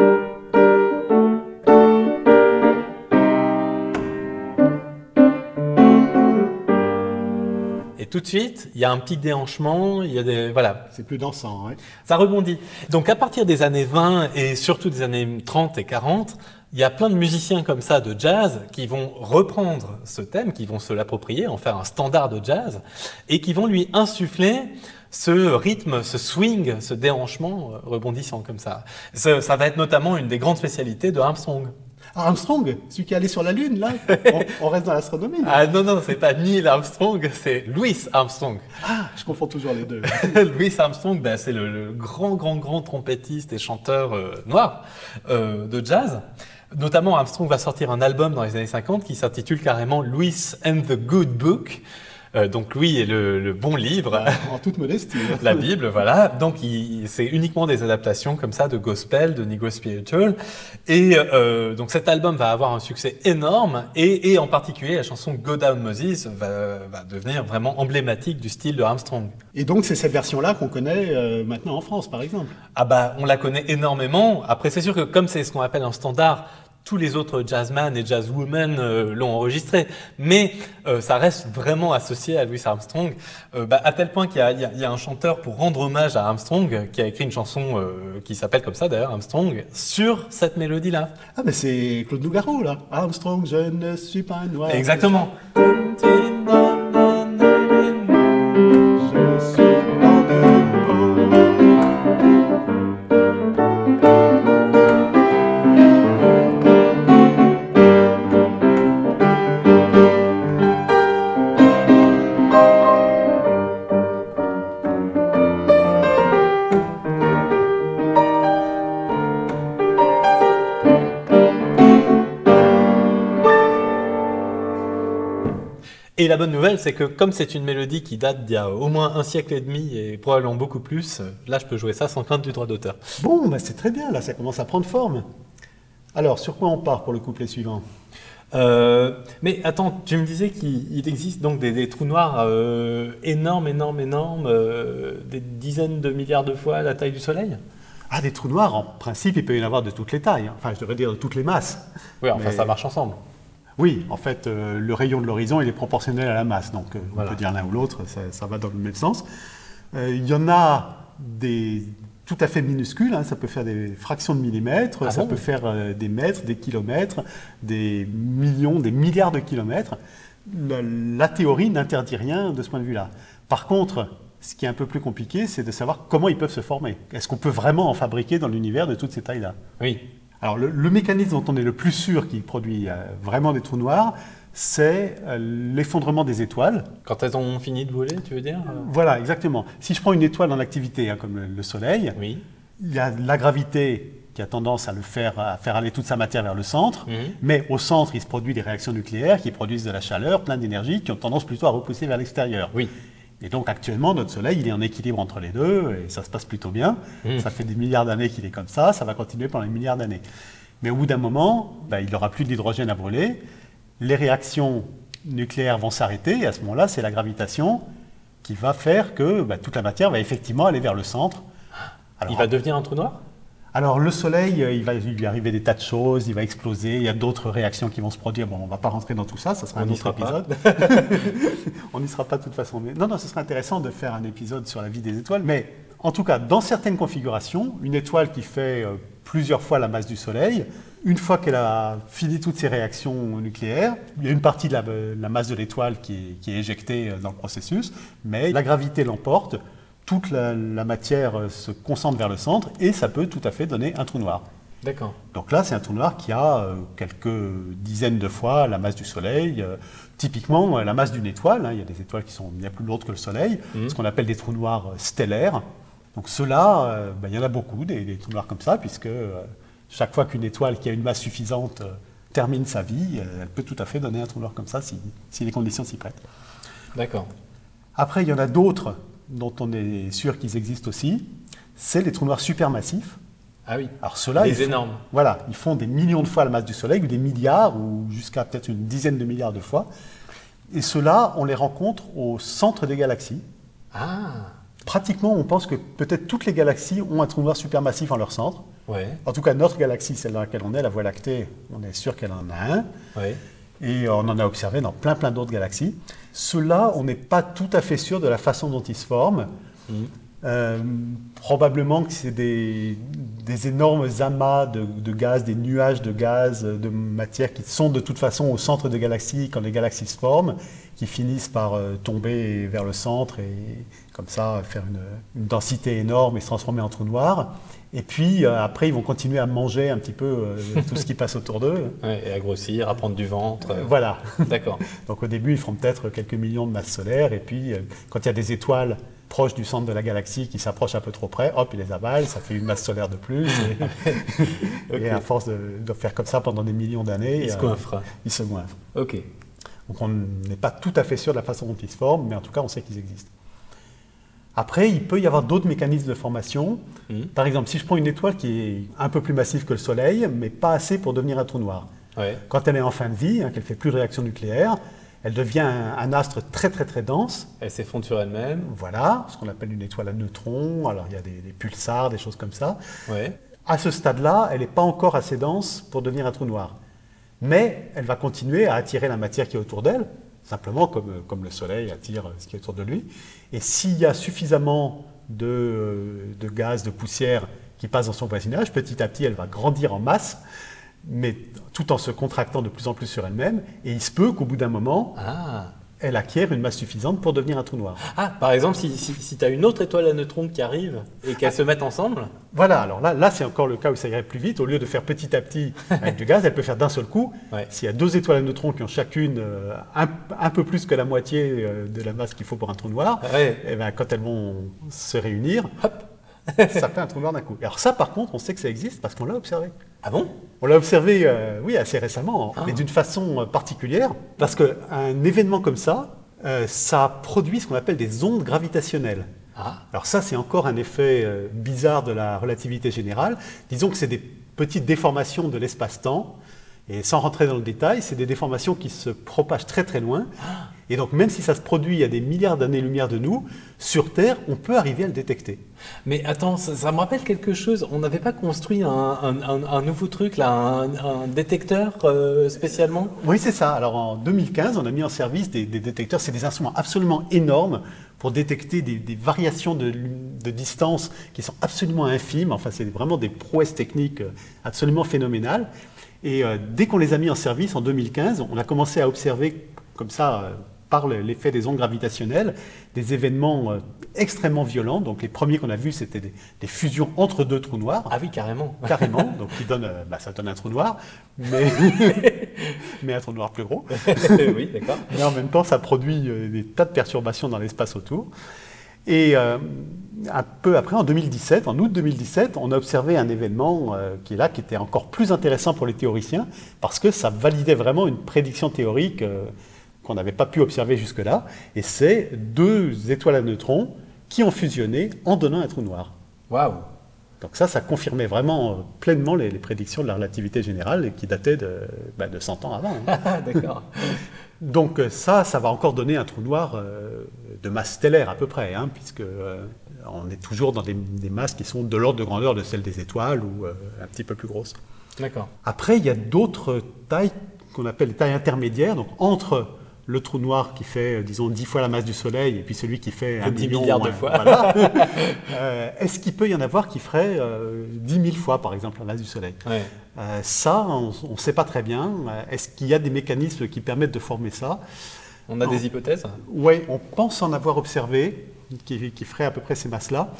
Speaker 3: Et tout de suite, il y a un petit déhanchement, il y a des... Voilà.
Speaker 2: C'est plus dansant, ouais.
Speaker 3: Ça rebondit. Donc à partir des années 20 et surtout des années 30 et 40, il y a plein de musiciens comme ça de jazz qui vont reprendre ce thème, qui vont se l'approprier, en faire un standard de jazz, et qui vont lui insuffler ce rythme, ce swing, ce déhanchement rebondissant comme ça. Ça va être notamment une des grandes spécialités de Armstrong.
Speaker 2: Armstrong, celui qui est allé sur la Lune, là. On reste dans l'astronomie.
Speaker 3: Ah non, c'est pas Neil Armstrong, c'est Louis Armstrong.
Speaker 2: Ah, je confonds toujours les deux.
Speaker 3: Louis Armstrong, c'est le grand trompettiste et chanteur noir de jazz. Notamment, Armstrong va sortir un album dans les années 50 qui s'intitule carrément Louis and the Good Book. Donc Louis est le bon livre.
Speaker 2: En toute modestie.
Speaker 3: La Bible, voilà. Donc c'est uniquement des adaptations comme ça de gospel, de negro spiritual. Et donc cet album va avoir un succès énorme et en particulier la chanson Go Down Moses va devenir vraiment emblématique du style de Armstrong.
Speaker 2: Et donc c'est cette version-là qu'on connaît maintenant en France, par exemple.
Speaker 3: On la connaît énormément. Après c'est sûr que comme c'est ce qu'on appelle un standard, tous les autres jazzmen et jazzwomen l'ont enregistré, mais ça reste vraiment associé à Louis Armstrong, à tel point qu'il y a un chanteur pour rendre hommage à Armstrong qui a écrit une chanson qui s'appelle comme ça d'ailleurs, Armstrong, sur cette mélodie-là.
Speaker 2: Ah mais c'est Claude Nougaro là. Armstrong, je ne suis pas un noir.
Speaker 3: Exactement. Et la bonne nouvelle, c'est que comme c'est une mélodie qui date d'il y a au moins un siècle et demi et probablement beaucoup plus, là je peux jouer ça sans crainte du droit d'auteur.
Speaker 2: Bon, c'est très bien, là ça commence à prendre forme. Alors, sur quoi on part pour le couplet suivant ?
Speaker 3: Mais attends, tu me disais qu'il existe donc des trous noirs énormes, des dizaines de milliards de fois la taille du Soleil ?
Speaker 2: Ah, des trous noirs, en principe, il peut y en avoir de toutes les tailles. Enfin, je devrais dire de toutes les masses.
Speaker 3: Oui, enfin ça marche ensemble.
Speaker 2: Oui, en fait, le rayon de l'horizon, il est proportionnel à la masse. Donc, on peut dire l'un ou l'autre, ça va dans le même sens. Il y en a des tout à fait minuscules, ça peut faire des fractions de millimètres, peut faire des mètres, des kilomètres, des millions, des milliards de kilomètres. La théorie n'interdit rien de ce point de vue-là. Par contre, ce qui est un peu plus compliqué, c'est de savoir comment ils peuvent se former. Est-ce qu'on peut vraiment en fabriquer dans l'univers de toutes ces tailles-là ?
Speaker 3: Oui.
Speaker 2: Alors, le mécanisme dont on est le plus sûr qu'il produit vraiment des trous noirs, c'est l'effondrement des étoiles.
Speaker 3: Quand elles ont fini de voler, tu veux dire ?
Speaker 2: Voilà, exactement. Si je prends une étoile en activité, comme le Soleil, il y a la gravité qui a tendance à faire aller toute sa matière vers le centre, mais au centre, il se produit des réactions nucléaires qui produisent de la chaleur, plein d'énergie, qui ont tendance plutôt à repousser vers l'extérieur.
Speaker 3: Oui.
Speaker 2: Et donc actuellement, notre Soleil, il est en équilibre entre les deux, et ça se passe plutôt bien. Ça fait des milliards d'années qu'il est comme ça va continuer pendant des milliards d'années. Mais au bout d'un moment, il n'aura plus d'hydrogène à brûler, les réactions nucléaires vont s'arrêter, et à ce moment-là, c'est la gravitation qui va faire que toute la matière va effectivement aller vers le centre. Alors,
Speaker 3: il va devenir un trou noir ?
Speaker 2: Alors le Soleil, il va lui arriver des tas de choses, il va exploser, il y a d'autres réactions qui vont se produire. Bon, on ne va pas rentrer dans tout ça, ça sera un autre épisode. On n'y sera pas de toute façon. Mais non, ce serait intéressant de faire un épisode sur la vie des étoiles. Mais en tout cas, dans certaines configurations, une étoile qui fait plusieurs fois la masse du Soleil, une fois qu'elle a fini toutes ses réactions nucléaires, il y a une partie de la masse de l'étoile qui est éjectée dans le processus, mais la gravité l'emporte. Toute la matière se concentre vers le centre et ça peut tout à fait donner un trou noir.
Speaker 3: D'accord.
Speaker 2: Donc là, c'est un trou noir qui a quelques dizaines de fois la masse du Soleil. Typiquement, la masse d'une étoile, il y a des étoiles qui sont bien plus lourdes que le Soleil, ce qu'on appelle des trous noirs stellaires. Donc ceux-là, il y en a beaucoup, des trous noirs comme ça, puisque chaque fois qu'une étoile qui a une masse suffisante termine sa vie, elle peut tout à fait donner un trou noir comme ça si les conditions s'y prêtent.
Speaker 3: D'accord.
Speaker 2: Après, il y en a d'autres dont on est sûr qu'ils existent aussi, c'est les trous noirs supermassifs.
Speaker 3: Ah oui,
Speaker 2: alors ceux-là,
Speaker 3: énormes.
Speaker 2: Voilà, ils font des millions de fois la masse du Soleil, ou des milliards, ou jusqu'à peut-être une dizaine de milliards de fois. Et ceux-là, on les rencontre au centre des galaxies.
Speaker 3: Ah.
Speaker 2: Pratiquement, on pense que peut-être toutes les galaxies ont un trou noir supermassif en leur centre.
Speaker 3: Ouais.
Speaker 2: En tout cas, notre galaxie, celle dans laquelle on est, la Voie lactée, on est sûr qu'elle en a un.
Speaker 3: Ouais.
Speaker 2: Et on en a observé dans plein d'autres galaxies. Ceux-là, on n'est pas tout à fait sûr de la façon dont ils se forment. Probablement que c'est des énormes amas de gaz, des nuages de gaz, de matière qui sont de toute façon au centre des galaxies quand les galaxies se forment, qui finissent par tomber vers le centre et comme ça faire une densité énorme et se transformer en trou noir. Et puis après, ils vont continuer à manger un petit peu tout ce qui passe autour d'eux.
Speaker 3: Ouais, et à grossir, à prendre du ventre.
Speaker 2: Voilà.
Speaker 3: D'accord.
Speaker 2: Donc au début, ils feront peut-être quelques millions de masses solaires. Et puis, quand il y a des étoiles proches du centre de la galaxie qui s'approchent un peu trop près, hop, ils les avalent, ça fait une masse solaire de plus. Et à force de faire comme ça pendant des millions d'années,
Speaker 3: ils se goinfrent.
Speaker 2: Ils se goinfrent.
Speaker 3: Ok.
Speaker 2: Donc on n'est pas tout à fait sûr de la façon dont ils se forment, mais en tout cas, on sait qu'ils existent. Après, il peut y avoir d'autres mécanismes de formation. Par exemple, si je prends une étoile qui est un peu plus massive que le Soleil, mais pas assez pour devenir un trou noir.
Speaker 3: Ouais.
Speaker 2: Quand elle est en fin de vie, qu'elle ne fait plus de réaction nucléaire, elle devient un astre très très très dense.
Speaker 3: Elle s'effondre sur elle-même.
Speaker 2: Voilà, ce qu'on appelle une étoile à neutrons. Alors il y a des pulsars, des choses comme ça.
Speaker 3: Ouais.
Speaker 2: À ce stade-là, elle n'est pas encore assez dense pour devenir un trou noir. Mais elle va continuer à attirer la matière qui est autour d'elle, simplement comme le Soleil attire ce qui est autour de lui. Et s'il y a suffisamment de gaz, de poussière qui passe dans son voisinage, petit à petit, elle va grandir en masse, mais tout en se contractant de plus en plus sur elle-même. Et il se peut qu'au bout d'un moment, elle acquiert une masse suffisante pour devenir un trou noir.
Speaker 3: Ah, par exemple, si tu as une autre étoile à neutrons qui arrive et qu'elles se mettent ensemble.
Speaker 2: Voilà, alors là c'est encore le cas où ça irait plus vite. Au lieu de faire petit à petit avec du gaz, elle peut faire d'un seul coup.
Speaker 3: Ouais.
Speaker 2: S'il y a deux étoiles à neutrons qui ont chacune un peu plus que la moitié de la masse qu'il faut pour un trou noir, et ben, quand elles vont se réunir, hop, ça fait un trou noir d'un coup. Alors ça, par contre, on sait que ça existe parce qu'on l'a observé.
Speaker 3: Ah bon ?
Speaker 2: On l'a observé, oui, assez récemment, mais d'une façon particulière, parce qu'un événement comme ça, ça produit ce qu'on appelle des ondes gravitationnelles. Alors ça, c'est encore un effet bizarre de la relativité générale. Disons que c'est des petites déformations de l'espace-temps, et sans rentrer dans le détail, c'est des déformations qui se propagent très très loin. Et donc même si ça se produit à des milliards d'années-lumière de nous, sur Terre, on peut arriver à le détecter.
Speaker 3: Mais attends, ça me rappelle quelque chose. On n'avait pas construit un nouveau truc, là, un détecteur spécialement ?
Speaker 2: Oui, c'est ça. Alors en 2015, on a mis en service des détecteurs. C'est des instruments absolument énormes pour détecter des variations de distance qui sont absolument infimes. Enfin, c'est vraiment des prouesses techniques absolument phénoménales. Et dès qu'on les a mis en service en 2015, on a commencé à observer comme ça, par l'effet des ondes gravitationnelles, des événements extrêmement violents. Donc les premiers qu'on a vus, c'était des fusions entre deux trous noirs.
Speaker 3: Ah oui, carrément.
Speaker 2: Carrément, donc ça donne un trou noir, mais un trou noir plus gros.
Speaker 3: Oui, d'accord.
Speaker 2: Mais en même temps, ça produit des tas de perturbations dans l'espace autour. Et un peu après, en 2017, en août 2017, on a observé un événement qui était encore plus intéressant pour les théoriciens, parce que ça validait vraiment une prédiction théorique qu'on n'avait pas pu observer jusque-là, et c'est deux étoiles à neutrons qui ont fusionné en donnant un trou noir.
Speaker 3: Waouh!
Speaker 2: Donc ça confirmait vraiment pleinement les prédictions de la relativité générale qui dataient de 100 ans avant.
Speaker 3: D'accord.
Speaker 2: Donc ça va encore donner un trou noir de masse stellaire à peu près, puisque on est toujours dans des masses qui sont de l'ordre de grandeur de celles des étoiles ou un petit peu plus grosses.
Speaker 3: D'accord.
Speaker 2: Après, il y a d'autres tailles qu'on appelle les tailles intermédiaires, donc entre le trou noir qui fait, disons, 10 fois la masse du Soleil et puis celui qui fait
Speaker 3: 1 milliard de fois.
Speaker 2: Voilà. Est-ce qu'il peut y en avoir qui ferait 10 000 fois, par exemple, la masse du Soleil?
Speaker 3: Ouais.
Speaker 2: Ça, on ne sait pas très bien. Est-ce qu'il y a des mécanismes qui permettent de former ça?
Speaker 3: On a des hypothèses?
Speaker 2: Oui, on pense en avoir observé qui ferait à peu près ces masses-là.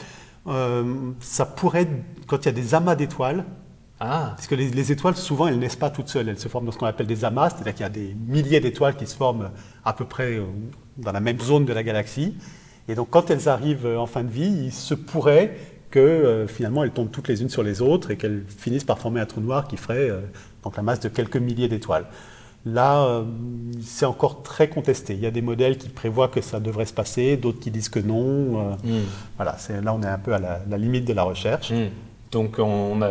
Speaker 2: Ça pourrait être quand il y a des amas d'étoiles. Parce que les étoiles, souvent, elles ne naissent pas toutes seules. Elles se forment dans ce qu'on appelle des amas, c'est-à-dire qu'il y a des milliers d'étoiles qui se forment à peu près dans la même zone de la galaxie. Et donc, quand elles arrivent en fin de vie, il se pourrait que finalement, elles tombent toutes les unes sur les autres et qu'elles finissent par former un trou noir qui ferait donc la masse de quelques milliers d'étoiles. Là, c'est encore très contesté. Il y a des modèles qui prévoient que ça devrait se passer, d'autres qui disent que non. Voilà, là, on est un peu à la limite de la recherche.
Speaker 3: Donc on a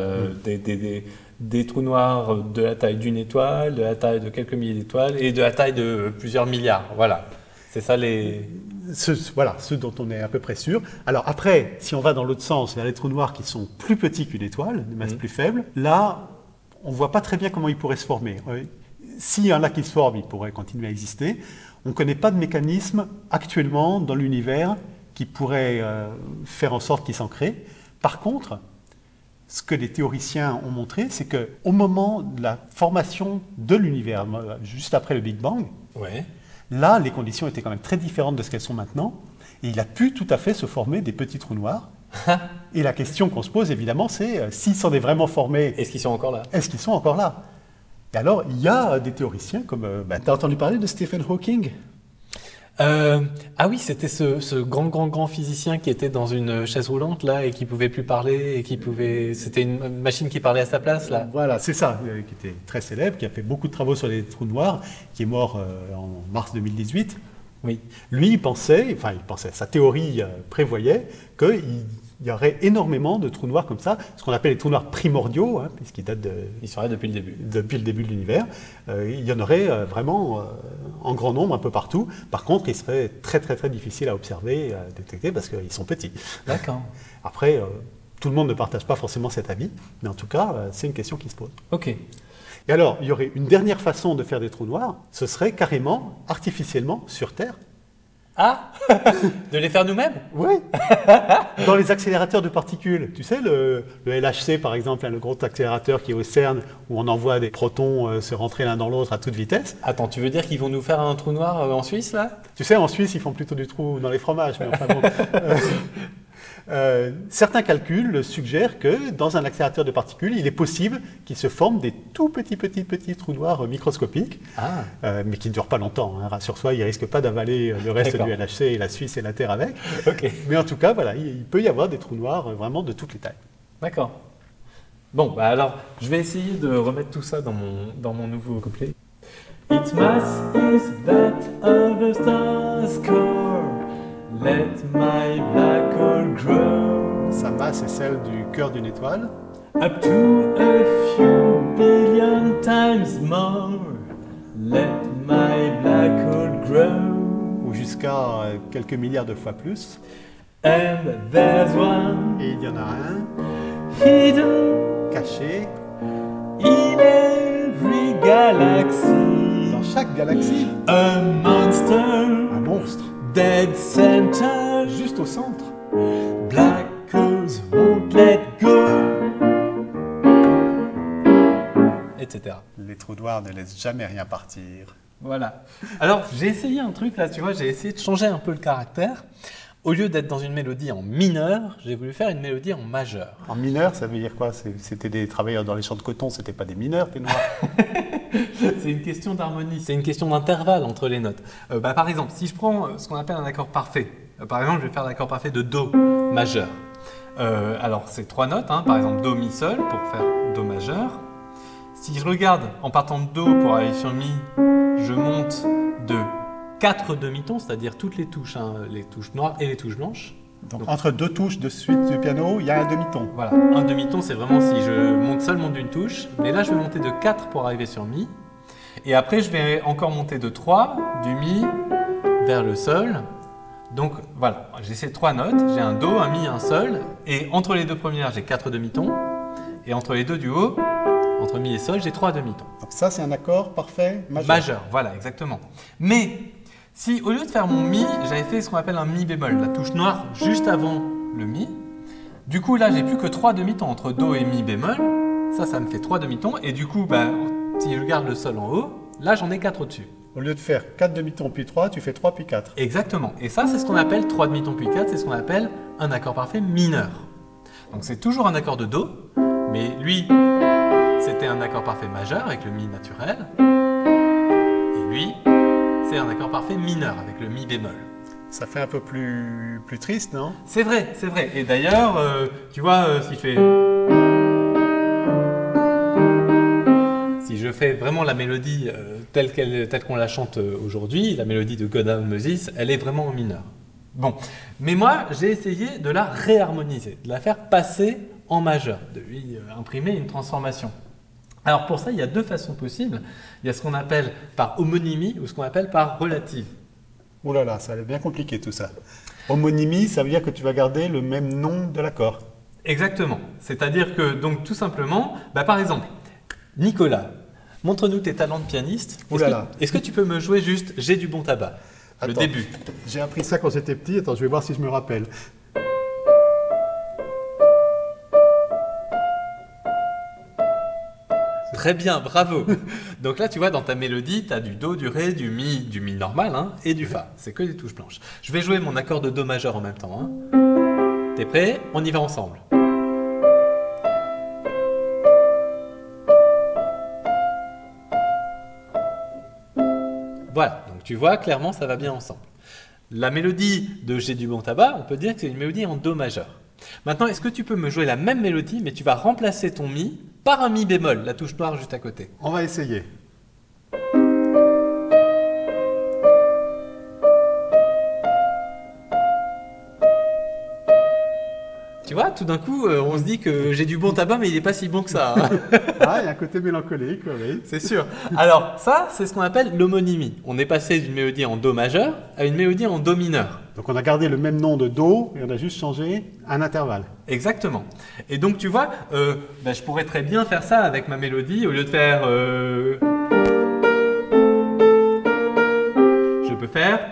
Speaker 3: des trous noirs de la taille d'une étoile, de la taille de quelques milliers d'étoiles et de la taille de plusieurs milliards. Voilà, c'est ça les...
Speaker 2: Ceux dont on est à peu près sûr. Alors après, si on va dans l'autre sens, vers les trous noirs qui sont plus petits qu'une étoile, de masse plus faible, là, on ne voit pas très bien comment ils pourraient se former. S'il y en a qui se forment, ils pourraient continuer à exister. On ne connaît pas de mécanisme actuellement dans l'univers qui pourrait faire en sorte qu'il s'en crée. Par contre, ce que les théoriciens ont montré, c'est qu'au moment de la formation de l'univers, juste après le Big Bang, là, les conditions étaient quand même très différentes de ce qu'elles sont maintenant, et il a pu tout à fait se former des petits trous noirs. Et la question qu'on se pose, évidemment, c'est s'ils s'en est vraiment formés...
Speaker 3: Est-ce qu'ils sont encore là ?
Speaker 2: Est-ce qu'ils sont encore là ? Et alors, il y a des théoriciens comme... tu as entendu parler de Stephen Hawking ?
Speaker 3: Ah oui, c'était ce grand physicien qui était dans une chaise roulante là et qui pouvait plus parler et qui pouvait... C'était une machine qui parlait à sa place là.
Speaker 2: Voilà, c'est ça, qui était très célèbre, qui a fait beaucoup de travaux sur les trous noirs, qui est mort en mars 2018.
Speaker 3: Oui.
Speaker 2: Lui, il pensait, sa théorie prévoyait qu'il y aurait énormément de trous noirs comme ça, ce qu'on appelle les trous noirs primordiaux, puisqu'ils datent
Speaker 3: Ils seraient depuis le début.
Speaker 2: Depuis le début de l'univers. Il y en aurait vraiment en grand nombre un peu partout. Par contre, ils seraient très très très difficiles à observer, à détecter, parce qu'ils sont petits.
Speaker 3: D'accord.
Speaker 2: Après, tout le monde ne partage pas forcément cet avis, mais en tout cas, c'est une question qui se pose.
Speaker 3: Ok.
Speaker 2: Et alors, il y aurait une dernière façon de faire des trous noirs, ce serait carrément, artificiellement, sur Terre.
Speaker 3: Ah De les faire nous-mêmes ?
Speaker 2: Oui. Dans les accélérateurs de particules. Tu sais, le LHC, par exemple, le gros accélérateur qui est au CERN, où on envoie des protons se rentrer l'un dans l'autre à toute vitesse.
Speaker 3: Attends, tu veux dire qu'ils vont nous faire un trou noir en Suisse, là ?
Speaker 2: Tu sais, en Suisse, ils font plutôt du trou dans les fromages, mais enfin bon... certains calculs suggèrent que dans un accélérateur de particules, il est possible qu'il se forme des tout petits trous noirs microscopiques, mais qui ne durent pas longtemps. Rassure-toi, ils ne risquent pas d'avaler le reste du LHC et la Suisse et la Terre avec.
Speaker 3: Okay.
Speaker 2: Mais en tout cas, voilà, il peut y avoir des trous noirs vraiment de toutes les tailles.
Speaker 3: D'accord. Bon, alors, je vais essayer de remettre tout ça dans mon nouveau couplet. Its mass is that of a star's core. Let my black hole grow.
Speaker 2: Sa masse est celle du cœur d'une étoile.
Speaker 3: Up to a few billion times more. Let my black hole grow.
Speaker 2: Ou jusqu'à quelques milliards de fois plus.
Speaker 3: And there's one.
Speaker 2: Et il y en a un.
Speaker 3: Hidden.
Speaker 2: Caché.
Speaker 3: In every galaxy.
Speaker 2: Dans chaque galaxie.
Speaker 3: A monster.
Speaker 2: Un monstre.
Speaker 3: Dead center,
Speaker 2: juste au centre.
Speaker 3: Black holes won't let go, etc.
Speaker 2: Les trous noirs ne laissent jamais rien partir.
Speaker 3: Voilà. Alors, j'ai essayé un truc là, tu vois, j'ai essayé de changer un peu le caractère. Au lieu d'être dans une mélodie en mineur, j'ai voulu faire une mélodie en majeur.
Speaker 2: En mineur, ça veut dire quoi ? C'était des travailleurs dans les champs de coton, c'était pas des mineurs, tes noirs.
Speaker 3: C'est une question d'harmonie, c'est une question d'intervalle entre les notes. Par exemple, si je prends ce qu'on appelle un accord parfait, par exemple, je vais faire l'accord parfait de Do majeur. Alors, c'est 3 notes, par exemple Do, Mi, Sol pour faire Do majeur. Si je regarde en partant de Do pour aller sur Mi, je monte de 4 demi-tons, c'est-à-dire toutes les touches, les touches noires et les touches blanches.
Speaker 2: Donc, entre 2 touches de suite du piano, il y a un demi-ton.
Speaker 3: Voilà, un demi-ton, c'est vraiment si je monte seulement d'une touche. Mais là, je vais monter de 4 pour arriver sur Mi. Et après, je vais encore monter de 3, du Mi vers le Sol. Donc voilà, j'ai ces 3 notes. J'ai un Do, un Mi, un Sol. Et entre les deux premières, j'ai 4 demi-tons. Et entre les deux du haut, entre Mi et Sol, j'ai 3 demi-tons.
Speaker 2: Donc ça, c'est un accord parfait majeur.
Speaker 3: Majeur, voilà, exactement. Mais si au lieu de faire mon Mi, j'avais fait ce qu'on appelle un Mi bémol, la touche noire juste avant le Mi, du coup là j'ai plus que 3 demi-tons entre Do et Mi bémol, ça me fait 3 demi-tons, et du coup si je garde le Sol en haut, là j'en ai 4 au-dessus.
Speaker 2: Au lieu de faire 4 demi-tons puis 3, tu fais 3 puis 4.
Speaker 3: Exactement, et ça c'est ce qu'on appelle 3 demi-tons puis 4, c'est ce qu'on appelle un accord parfait mineur. Donc c'est toujours un accord de Do, mais lui c'était un accord parfait majeur avec le Mi naturel, et lui c'est un accord parfait mineur avec le Mi bémol.
Speaker 2: Ça fait un peu plus triste, non ?
Speaker 3: C'est vrai, c'est vrai. Et d'ailleurs, tu vois, si je fais vraiment la mélodie telle qu'on la chante aujourd'hui, la mélodie de God of Moses, elle est vraiment en mineur. Bon, mais moi, j'ai essayé de la réharmoniser, de la faire passer en majeur, de lui imprimer une transformation. Alors pour ça, il y a 2 façons possibles. Il y a ce qu'on appelle par homonymie ou ce qu'on appelle par relative.
Speaker 2: Ouh là là, ça va être bien compliqué tout ça. Homonymie, ça veut dire que tu vas garder le même nom de l'accord.
Speaker 3: Exactement. C'est-à-dire que, donc tout simplement, par exemple, Nicolas, montre-nous tes talents de pianiste.
Speaker 2: Ouh là là.
Speaker 3: Est-ce que tu peux me jouer juste « J'ai du bon tabac » ? le début.
Speaker 2: J'ai appris ça quand j'étais petit. Attends, je vais voir si je me rappelle.
Speaker 3: Très bien, bravo. Donc là, tu vois, dans ta mélodie, tu as du Do, du Ré, du Mi normal et du Fa. C'est que des touches blanches. Je vais jouer mon accord de Do majeur en même temps. T'es prêt? On y va ensemble. Voilà, donc tu vois, clairement, ça va bien ensemble. La mélodie de J'ai du bon tabac, on peut dire que c'est une mélodie en Do majeur. Maintenant, est-ce que tu peux me jouer la même mélodie, mais tu vas remplacer ton Mi par un Mi bémol, la touche noire juste à côté?
Speaker 2: On va essayer.
Speaker 3: Tu vois, tout d'un coup, on se dit que j'ai du bon tabac, mais il n'est pas si bon que ça.
Speaker 2: Ah, il y a un côté mélancolique, oui.
Speaker 3: C'est sûr. Alors, ça, c'est ce qu'on appelle l'homonymie. On est passé d'une mélodie en Do majeur à une mélodie en Do mineur.
Speaker 2: Donc on a gardé le même nom de Do et on a juste changé un intervalle.
Speaker 3: Exactement. Et donc, tu vois, je pourrais très bien faire ça avec ma mélodie. Au lieu de faire... Je peux faire...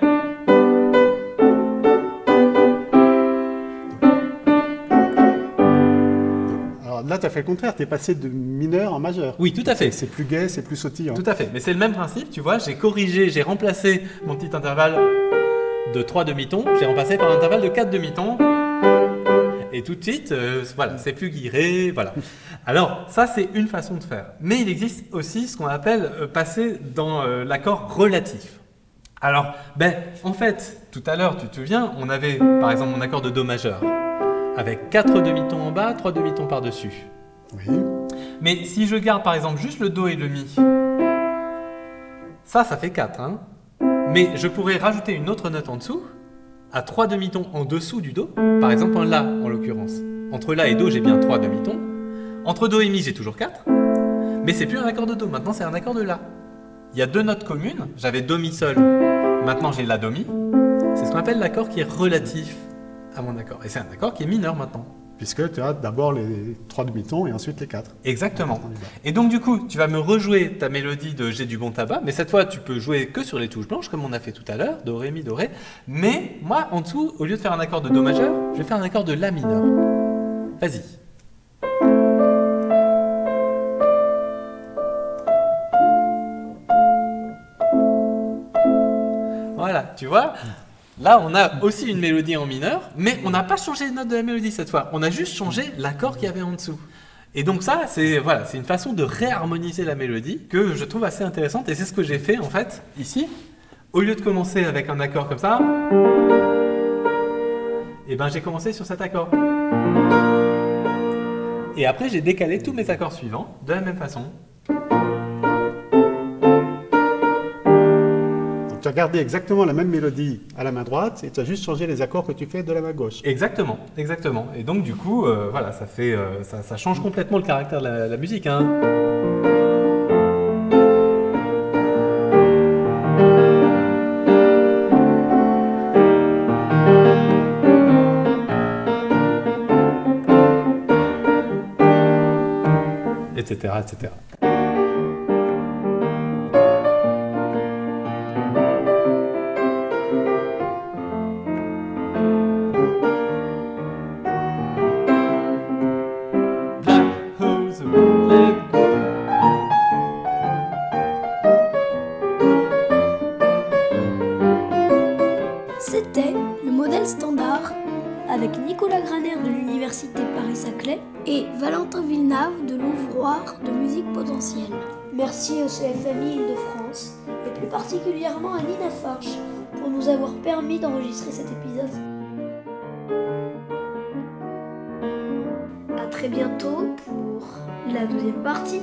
Speaker 2: Là, tu as fait le contraire, tu es passé de mineur en majeur.
Speaker 3: Oui, tout à fait.
Speaker 2: C'est plus gai, c'est plus sautillant.
Speaker 3: Tout à fait. Mais c'est le même principe, tu vois, j'ai remplacé mon petit intervalle de 3 demi-tons, j'ai remplacé par un intervalle de 4 demi-tons. Et tout de suite, voilà, c'est plus guiré, voilà. Alors, ça, c'est une façon de faire. Mais il existe aussi ce qu'on appelle passer dans l'accord relatif. Alors, en fait, tout à l'heure, tu te souviens, on avait, par exemple, mon accord de Do majeur, avec 4 demi-tons en bas, 3 demi-tons par-dessus.
Speaker 2: Oui.
Speaker 3: Mais si je garde par exemple juste le Do et le Mi, ça fait 4. Mais je pourrais rajouter une autre note en dessous, à 3 demi-tons en dessous du Do, par exemple un La en l'occurrence. Entre La et Do, j'ai bien 3 demi-tons. Entre Do et Mi, j'ai toujours 4. Mais c'est plus un accord de Do, maintenant c'est un accord de La. Il y a 2 notes communes, j'avais Do Mi Sol, maintenant j'ai La Do Mi. C'est ce qu'on appelle l'accord qui est relatif à mon accord. Et c'est un accord qui est mineur maintenant.
Speaker 2: Puisque tu as d'abord les 3 demi-tons et ensuite les 4.
Speaker 3: Exactement. Et donc du coup, tu vas me rejouer ta mélodie de J'ai du bon tabac, mais cette fois, tu peux jouer que sur les touches blanches, comme on a fait tout à l'heure, Do, Ré, Mi, Do, Ré. Mais moi, en dessous, au lieu de faire un accord de Do majeur, je vais faire un accord de La mineur. Vas-y. Voilà, tu vois ? Là, on a aussi une mélodie en mineur, mais on n'a pas changé les notes de la mélodie cette fois. On a juste changé l'accord qu'il y avait en dessous. Et donc ça, c'est une façon de réharmoniser la mélodie que je trouve assez intéressante. Et c'est ce que j'ai fait en fait ici. Au lieu de commencer avec un accord comme ça, j'ai commencé sur cet accord. Et après, j'ai décalé tous mes accords suivants de la même façon.
Speaker 2: Tu as gardé exactement la même mélodie à la main droite et tu as juste changé les accords que tu fais de la main gauche.
Speaker 3: Exactement, exactement. Et donc du coup, ça change complètement le caractère de la musique. Etc., etc.
Speaker 1: C'était le modèle standard avec Nicolas Graner de l'Université Paris-Saclay et Valentin Villeneuve de l'Ouvroir de musique potentielle. Merci au CFMI Île-de-France et plus particulièrement à Nina Farch pour nous avoir permis d'enregistrer cet épisode. À très bientôt pour la deuxième partie.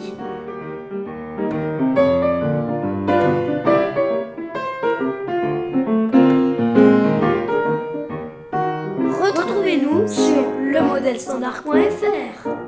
Speaker 1: Retrouvez-nous sur lemodèlestandard.fr.